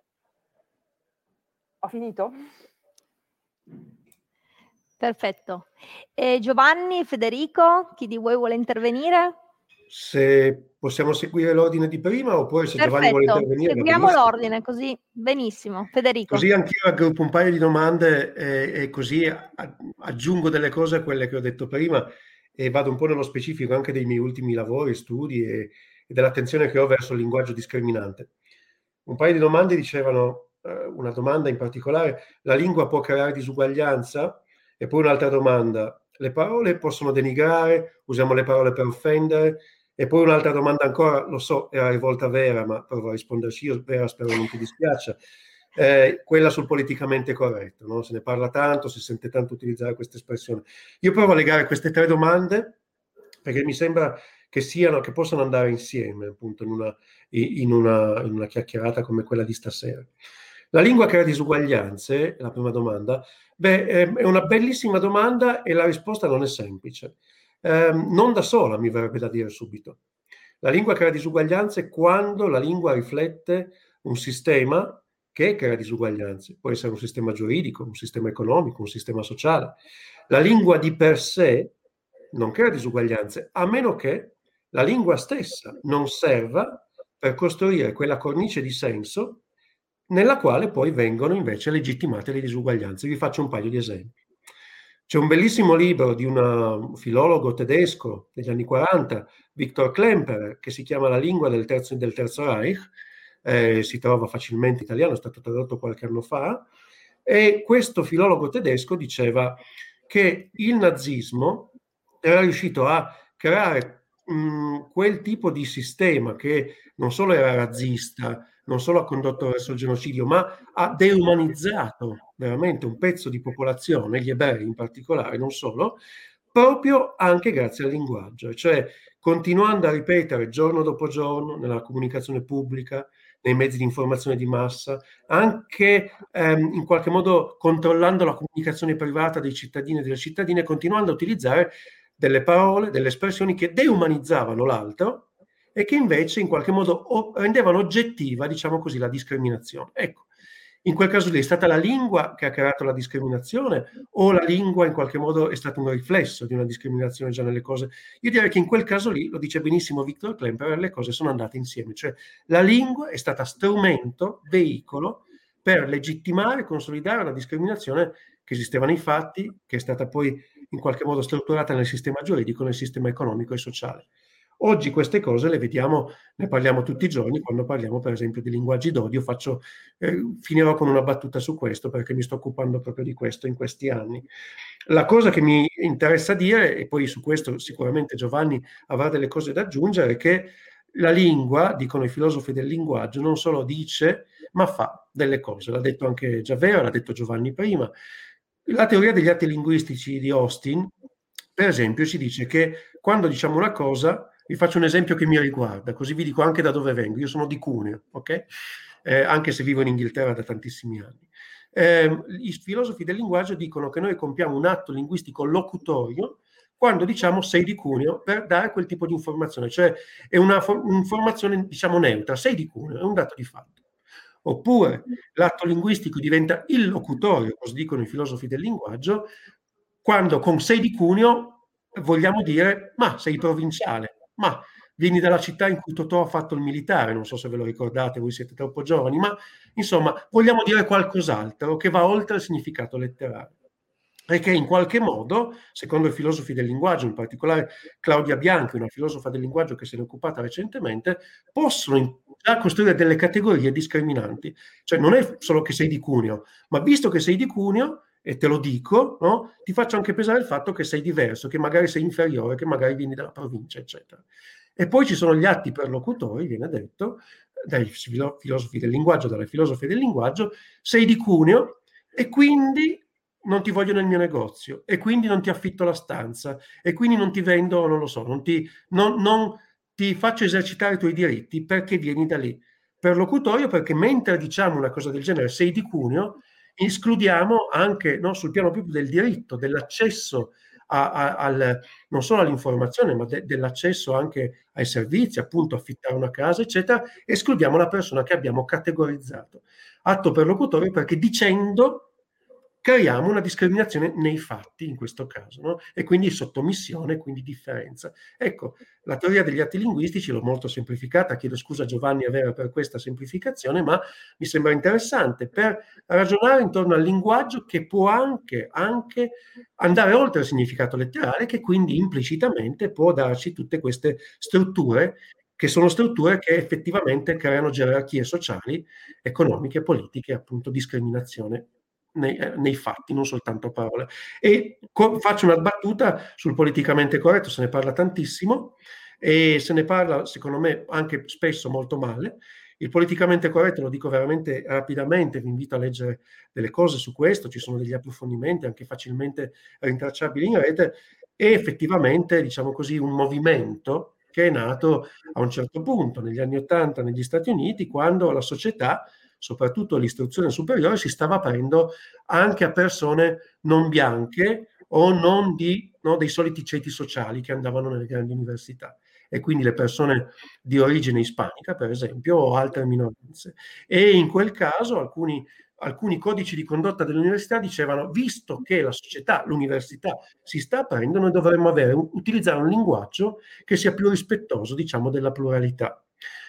Speaker 3: Ho finito?
Speaker 2: Perfetto. E Giovanni, Federico, chi di voi vuole intervenire?
Speaker 4: Se possiamo seguire l'ordine di prima oppure se
Speaker 2: Perfetto.
Speaker 4: Giovanni vuole intervenire.
Speaker 2: Seguiamo l'ordine, così benissimo. Federico.
Speaker 4: Così anch'io aggruppo un paio di domande e, e così aggiungo delle cose a quelle che ho detto prima e vado un po' nello specifico anche dei miei ultimi lavori, studi e, e dell'attenzione che ho verso il linguaggio discriminante. Un paio di domande dicevano, eh, una domanda in particolare, la lingua può creare disuguaglianza? E poi un'altra domanda, le parole possono denigrare, usiamo le parole per offendere? E poi un'altra domanda ancora, lo so, era rivolta a Vera, ma provo a risponderci io, Vera, spero non ti dispiaccia, eh, quella sul politicamente corretto, no? Se ne parla tanto, si sente tanto utilizzare questa espressione. Io provo a legare queste tre domande perché mi sembra che siano, che possano andare insieme, appunto, in una, in una, in una chiacchierata come quella di stasera. La lingua crea disuguaglianze, la prima domanda. Beh, è una bellissima domanda e la risposta non è semplice. Eh, non da sola, mi verrebbe da dire subito. La lingua crea disuguaglianze quando la lingua riflette un sistema che crea disuguaglianze. Può essere un sistema giuridico, un sistema economico, un sistema sociale. La lingua di per sé non crea disuguaglianze, a meno che la lingua stessa non serva per costruire quella cornice di senso nella quale poi vengono invece legittimate le disuguaglianze. Vi faccio un paio di esempi. C'è un bellissimo libro di un filologo tedesco degli anni quaranta, Viktor Klemperer, che si chiama La lingua del Terzo, del terzo Reich, eh, si trova facilmente in italiano, è stato tradotto qualche anno fa, e questo filologo tedesco diceva che il nazismo era riuscito a creare mh, quel tipo di sistema che non solo era razzista, non solo ha condotto verso il genocidio, ma ha deumanizzato veramente un pezzo di popolazione, gli ebrei in particolare, non solo, proprio anche grazie al linguaggio, cioè continuando a ripetere giorno dopo giorno nella comunicazione pubblica, nei mezzi di informazione di massa, anche ehm, in qualche modo controllando la comunicazione privata dei cittadini e delle cittadine, continuando a utilizzare delle parole, delle espressioni che deumanizzavano l'altro e che invece in qualche modo rendevano oggettiva, diciamo così, la discriminazione. Ecco, in quel caso lì è stata la lingua che ha creato la discriminazione o la lingua in qualche modo è stato un riflesso di una discriminazione già nelle cose? Io direi che in quel caso lì, lo dice benissimo Viktor Klemperer, le cose sono andate insieme, cioè la lingua è stata strumento, veicolo per legittimare e consolidare una discriminazione che esisteva nei fatti, che è stata poi in qualche modo strutturata nel sistema giuridico, nel sistema economico e sociale. Oggi queste cose le vediamo, ne parliamo tutti i giorni, quando parliamo per esempio di linguaggi d'odio. Faccio, eh, finirò con una battuta su questo perché mi sto occupando proprio di questo in questi anni. La cosa che mi interessa dire, e poi su questo sicuramente Giovanni avrà delle cose da aggiungere, è che la lingua, dicono i filosofi del linguaggio, non solo dice, ma fa delle cose. L'ha detto anche Giavera, l'ha detto Giovanni prima. La teoria degli atti linguistici di Austin, per esempio, ci dice che quando diciamo una cosa, vi faccio un esempio che mi riguarda, così vi dico anche da dove vengo. Io sono di Cuneo, ok? Eh, anche se vivo in Inghilterra da tantissimi anni. Eh, I filosofi del linguaggio dicono che noi compiamo un atto linguistico locutorio quando diciamo sei di Cuneo per dare quel tipo di informazione, cioè è una informazione diciamo neutra, sei di Cuneo, è un dato di fatto. Oppure l'atto linguistico diventa illocutorio, così dicono i filosofi del linguaggio, quando con sei di Cuneo vogliamo dire ma sei provinciale, ma vieni dalla città in cui Totò ha fatto il militare, non so se ve lo ricordate, voi siete troppo giovani, ma insomma vogliamo dire qualcos'altro che va oltre il significato letterale. E che in qualche modo, secondo i filosofi del linguaggio, in particolare Claudia Bianchi, una filosofa del linguaggio che se ne è occupata recentemente, possono già costruire delle categorie discriminanti. Cioè non è solo che sei di Cuneo, ma visto che sei di Cuneo, e te lo dico, no? Ti faccio anche pesare il fatto che sei diverso, che magari sei inferiore, che magari vieni dalla provincia, eccetera. E poi ci sono gli atti perlocutori, viene detto, dai filosofi del linguaggio, dalle filosofe del linguaggio, sei di Cuneo e quindi non ti voglio nel mio negozio, e quindi non ti affitto la stanza, e quindi non ti vendo, non lo so, non ti, non, non ti faccio esercitare i tuoi diritti perché vieni da lì. Perlocutorio perché mentre diciamo una cosa del genere, sei di Cuneo, escludiamo anche, no, sul piano proprio del diritto, dell'accesso a, a, al, non solo all'informazione, ma de, dell'accesso anche ai servizi, appunto affittare una casa, eccetera, escludiamo la persona che abbiamo categorizzato. Atto perlocutorio perché dicendo creiamo una discriminazione nei fatti in questo caso, no? E quindi sottomissione, quindi differenza. Ecco, la teoria degli atti linguistici l'ho molto semplificata, chiedo scusa a Giovanni e Vera per questa semplificazione, ma mi sembra interessante per ragionare intorno al linguaggio che può anche, anche andare oltre il significato letterale, che quindi implicitamente può darci tutte queste strutture che sono strutture che effettivamente creano gerarchie sociali, economiche, politiche, appunto discriminazione Nei, nei fatti, non soltanto a parole. E co- faccio una battuta sul politicamente corretto, se ne parla tantissimo e se ne parla secondo me anche spesso molto male. Il politicamente corretto, lo dico veramente rapidamente, vi invito a leggere delle cose su questo, ci sono degli approfondimenti anche facilmente rintracciabili in rete, è effettivamente, diciamo così, un movimento che è nato a un certo punto negli anni Ottanta negli Stati Uniti, quando la società, soprattutto l'istruzione superiore, si stava aprendo anche a persone non bianche o non di, no, dei soliti ceti sociali che andavano nelle grandi università, e quindi le persone di origine ispanica, per esempio, o altre minoranze. E in quel caso alcuni, alcuni codici di condotta dell'università dicevano: visto che la società, l'università si sta aprendo, noi dovremmo avere, utilizzare un linguaggio che sia più rispettoso, diciamo, della pluralità.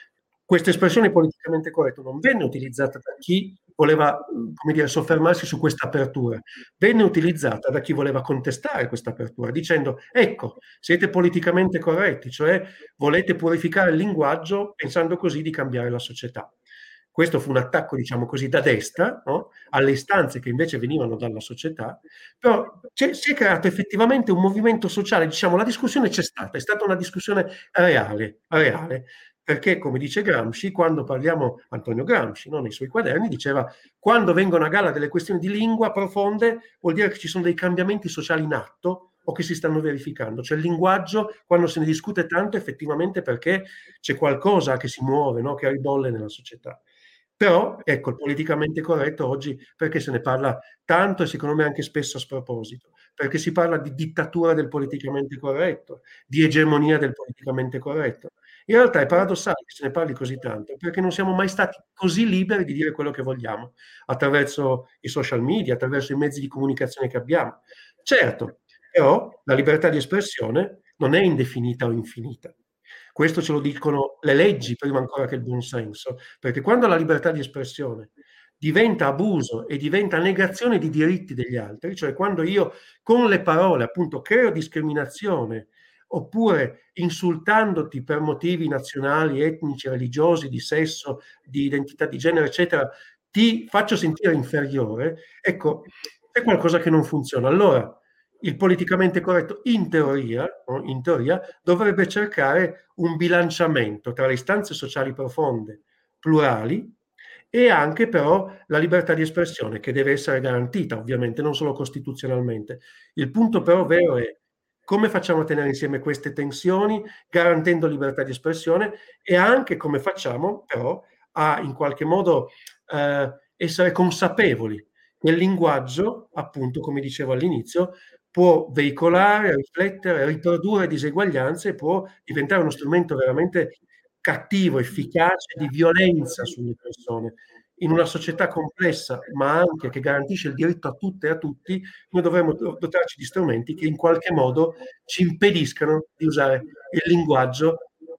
Speaker 4: questa espressione politicamente corretto non venne utilizzata da chi voleva, come dire, soffermarsi su questa apertura, venne utilizzata da chi voleva contestare questa apertura, dicendo: ecco, siete politicamente corretti, cioè volete purificare il linguaggio pensando così di cambiare la società. Questo fu un attacco, diciamo così, da destra, no? Alle istanze che invece venivano dalla società, però si è creato effettivamente un movimento sociale, diciamo, la discussione c'è stata, è stata una discussione reale, reale. Perché, come dice Gramsci, quando parliamo, Antonio Gramsci, no, nei suoi quaderni, diceva: quando vengono a galla delle questioni di lingua profonde, vuol dire che ci sono dei cambiamenti sociali in atto o che si stanno verificando. Cioè il linguaggio, quando se ne discute tanto, effettivamente perché c'è qualcosa che si muove, no, che ribolle nella società. Però, ecco, il politicamente corretto oggi, perché se ne parla tanto e secondo me anche spesso a sproposito? Perché si parla di dittatura del politicamente corretto, di egemonia del politicamente corretto. In realtà è paradossale che se ne parli così tanto, perché non siamo mai stati così liberi di dire quello che vogliamo, attraverso i social media, attraverso i mezzi di comunicazione che abbiamo. Certo, però la libertà di espressione non è indefinita o infinita. Questo ce lo dicono le leggi prima ancora che il buonsenso, perché quando la libertà di espressione diventa abuso e diventa negazione di diritti degli altri, cioè quando io con le parole appunto creo discriminazione oppure insultandoti per motivi nazionali, etnici, religiosi, di sesso, di identità di genere, eccetera, ti faccio sentire inferiore, ecco, c'è qualcosa che non funziona. Allora, il politicamente corretto, in teoria, no, in teoria, dovrebbe cercare un bilanciamento tra le istanze sociali profonde, plurali, e anche però la libertà di espressione, che deve essere garantita, ovviamente, non solo costituzionalmente. Il punto però vero è: come facciamo a tenere insieme queste tensioni, garantendo libertà di espressione, e anche come facciamo però a, in qualche modo, eh, essere consapevoli che il linguaggio, appunto, come dicevo all'inizio, può veicolare, riflettere, riprodurre diseguaglianze, può diventare uno strumento veramente cattivo, efficace, di violenza sulle persone. In una società complessa, ma anche che garantisce il diritto a tutte e a tutti, noi dovremmo dotarci di strumenti che in qualche modo ci impediscano di usare il linguaggio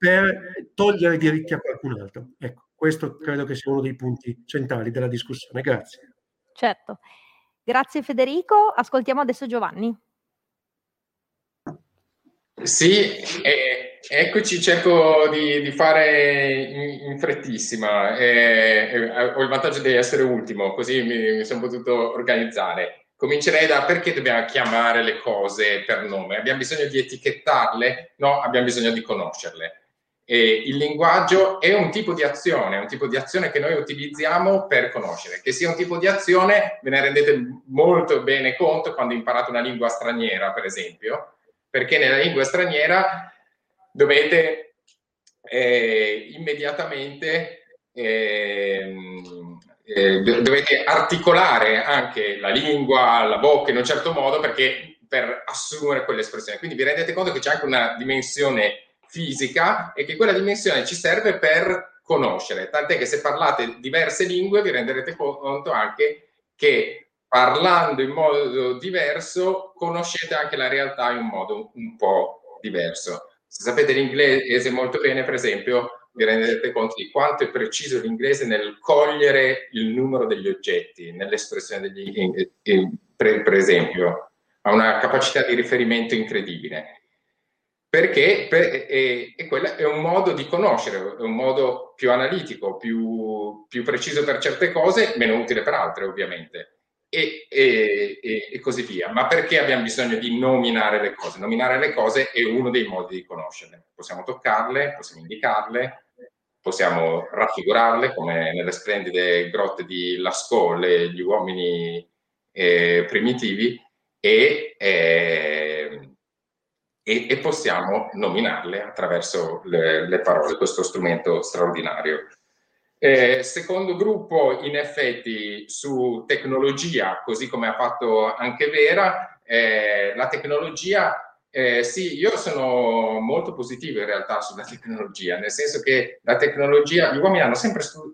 Speaker 4: per togliere diritti a qualcun altro. Ecco, questo credo che sia uno dei punti centrali della discussione. Grazie.
Speaker 2: Certo. Grazie Federico. Ascoltiamo adesso Giovanni.
Speaker 5: Sì, eh, eccoci, cerco di, di fare in, in frettissima. Eh, eh, ho il vantaggio di essere ultimo, così mi, mi sono potuto organizzare. Comincerei da: perché dobbiamo chiamare le cose per nome? Abbiamo bisogno di etichettarle? No, abbiamo bisogno di conoscerle. E il linguaggio è un tipo di azione, è un tipo di azione che noi utilizziamo per conoscere. Che sia un tipo di azione, ve ne rendete molto bene conto quando imparate una lingua straniera, per esempio, perché nella lingua straniera dovete eh, immediatamente eh, eh, dovete articolare anche la lingua, la bocca in un certo modo, perché per assumere quell'espressione. Quindi vi rendete conto che c'è anche una dimensione fisica e che quella dimensione ci serve per conoscere, tant'è che se parlate diverse lingue vi renderete conto anche che parlando in modo diverso conoscete anche la realtà in un modo un po' diverso. Se sapete l'inglese molto bene, per esempio, vi renderete conto di quanto è preciso l'inglese nel cogliere il numero degli oggetti, nell'espressione degli, per, per esempio, ha una capacità di riferimento incredibile. Perché per, e, e quello è un modo di conoscere, è un modo più analitico, più, più preciso per certe cose, meno utile per altre, ovviamente, e, e, e, e così via. Ma perché abbiamo bisogno di nominare le cose? Nominare le cose è uno dei modi di conoscerle. Possiamo toccarle, possiamo indicarle, possiamo raffigurarle, come nelle splendide grotte di Lascaux, le, gli uomini eh, primitivi, e... Eh, E, e possiamo nominarle attraverso le, le parole, questo strumento straordinario. Eh, secondo gruppo, in effetti, su tecnologia, così come ha fatto anche Vera, eh, la tecnologia, eh, sì, io sono molto positivo in realtà sulla tecnologia, nel senso che la tecnologia, gli uomini hanno sempre stu-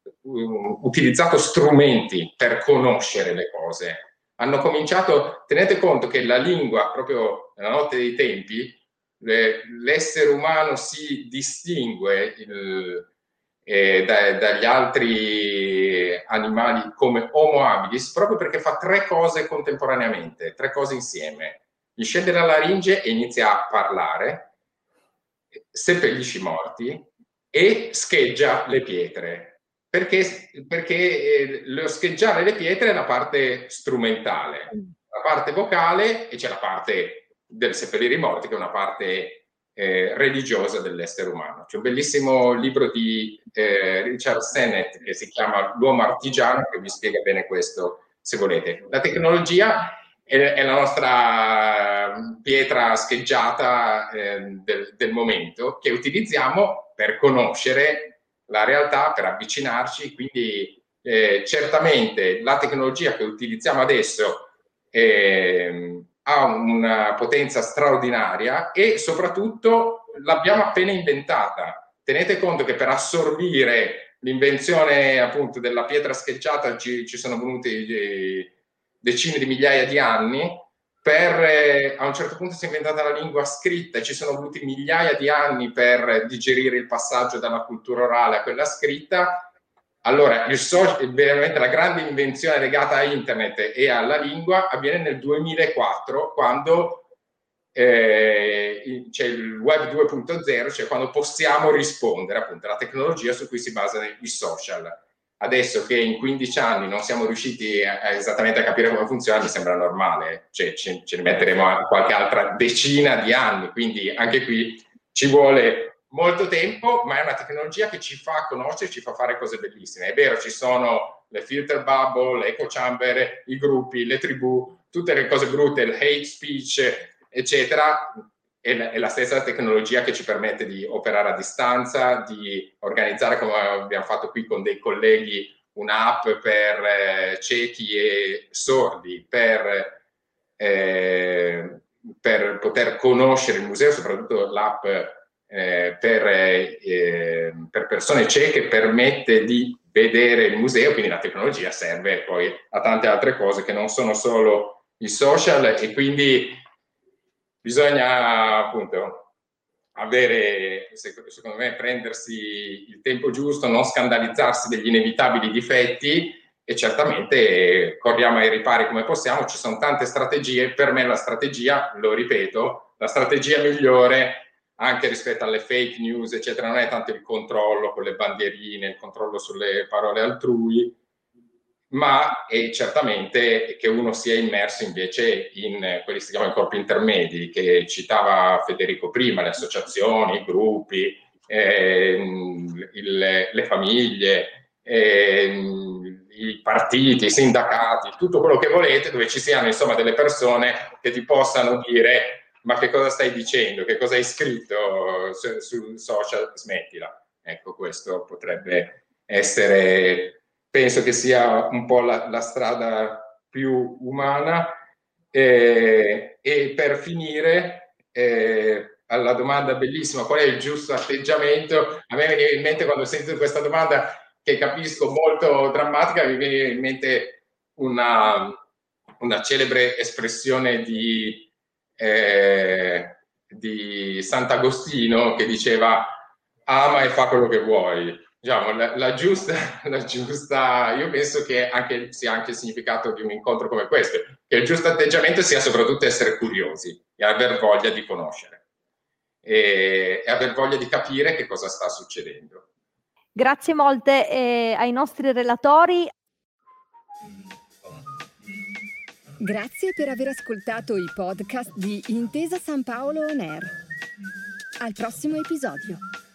Speaker 5: utilizzato strumenti per conoscere le cose. Hanno cominciato, tenete conto che la lingua, proprio nella notte dei tempi, l'essere umano si distingue il, eh, da, dagli altri animali come Homo habilis, proprio perché fa tre cose contemporaneamente, tre cose insieme. Gli scende la laringe e inizia a parlare, seppellisce i morti e scheggia le pietre. Perché, perché eh, lo scheggiare le pietre è la parte strumentale, la parte vocale, e c'è la parte del seppellire i morti, che è una parte eh, religiosa dell'essere umano. C'è un bellissimo libro di eh, Richard Sennett che si chiama L'uomo artigiano, che vi spiega bene questo, se volete. La tecnologia è, è la nostra pietra scheggiata eh, del, del momento, che utilizziamo per conoscere la realtà, per avvicinarci. Quindi eh, certamente la tecnologia che utilizziamo adesso eh, ha una potenza straordinaria e soprattutto l'abbiamo appena inventata. Tenete conto che per assorbire l'invenzione appunto della pietra scheggiata ci, ci sono venuti eh, decine di migliaia di anni. Per, eh, a un certo punto si è inventata la lingua scritta e ci sono voluti migliaia di anni per digerire il passaggio dalla cultura orale a quella scritta. Allora, il so- veramente la grande invenzione legata a internet e alla lingua avviene nel duemilaquattro, quando eh, c'è il web due punto zero, cioè quando possiamo rispondere appunto alla tecnologia su cui si basano i social. Adesso che in quindici anni non siamo riusciti a, a esattamente a capire come funziona, mi sembra normale, cioè ce, ce ne metteremo qualche altra decina di anni, quindi anche qui ci vuole molto tempo, ma è una tecnologia che ci fa conoscere, ci fa fare cose bellissime. È vero, ci sono le filter bubble, le echo chamber, i gruppi, le tribù, tutte le cose brutte, il hate speech, eccetera. È la, è la stessa tecnologia che ci permette di operare a distanza, di organizzare, come abbiamo fatto qui con dei colleghi, un'app per eh, ciechi e sordi, per, eh, per poter conoscere il museo, soprattutto l'app eh, per, eh, per persone cieche permette di vedere il museo. Quindi la tecnologia serve poi a tante altre cose che non sono solo i social, e quindi bisogna appunto avere, secondo me, prendersi il tempo giusto, non scandalizzarsi degli inevitabili difetti, e certamente corriamo ai ripari come possiamo. Ci sono tante strategie. Per me la strategia, lo ripeto, la strategia migliore anche rispetto alle fake news, eccetera, non è tanto il controllo con le bandierine, il controllo sulle parole altrui, ma è certamente che uno sia immerso invece in quelli che si chiamano corpi intermedi, che citava Federico prima, le associazioni, i gruppi, eh, il, le famiglie, eh, i partiti, i sindacati, tutto quello che volete, dove ci siano insomma delle persone che ti possano dire: ma che cosa stai dicendo, che cosa hai scritto sul su social, smettila. Ecco, questo potrebbe essere, penso che sia un po' la, la strada più umana. Eh, e per finire, eh, alla domanda bellissima, qual è il giusto atteggiamento, a me viene in mente, quando sento questa domanda, che capisco molto drammatica, mi viene in mente una, una celebre espressione di, eh, di Sant'Agostino, che diceva: ama e fa quello che vuoi. Diciamo, la, la, giusta, la giusta, io penso che anche, sia anche il significato di un incontro come questo, che il giusto atteggiamento sia soprattutto essere curiosi e aver voglia di conoscere e, e aver voglia di capire che cosa sta succedendo.
Speaker 2: Grazie molte eh, ai nostri relatori.
Speaker 1: Grazie per aver ascoltato i podcast di Intesa San Paolo On Air. Al prossimo episodio.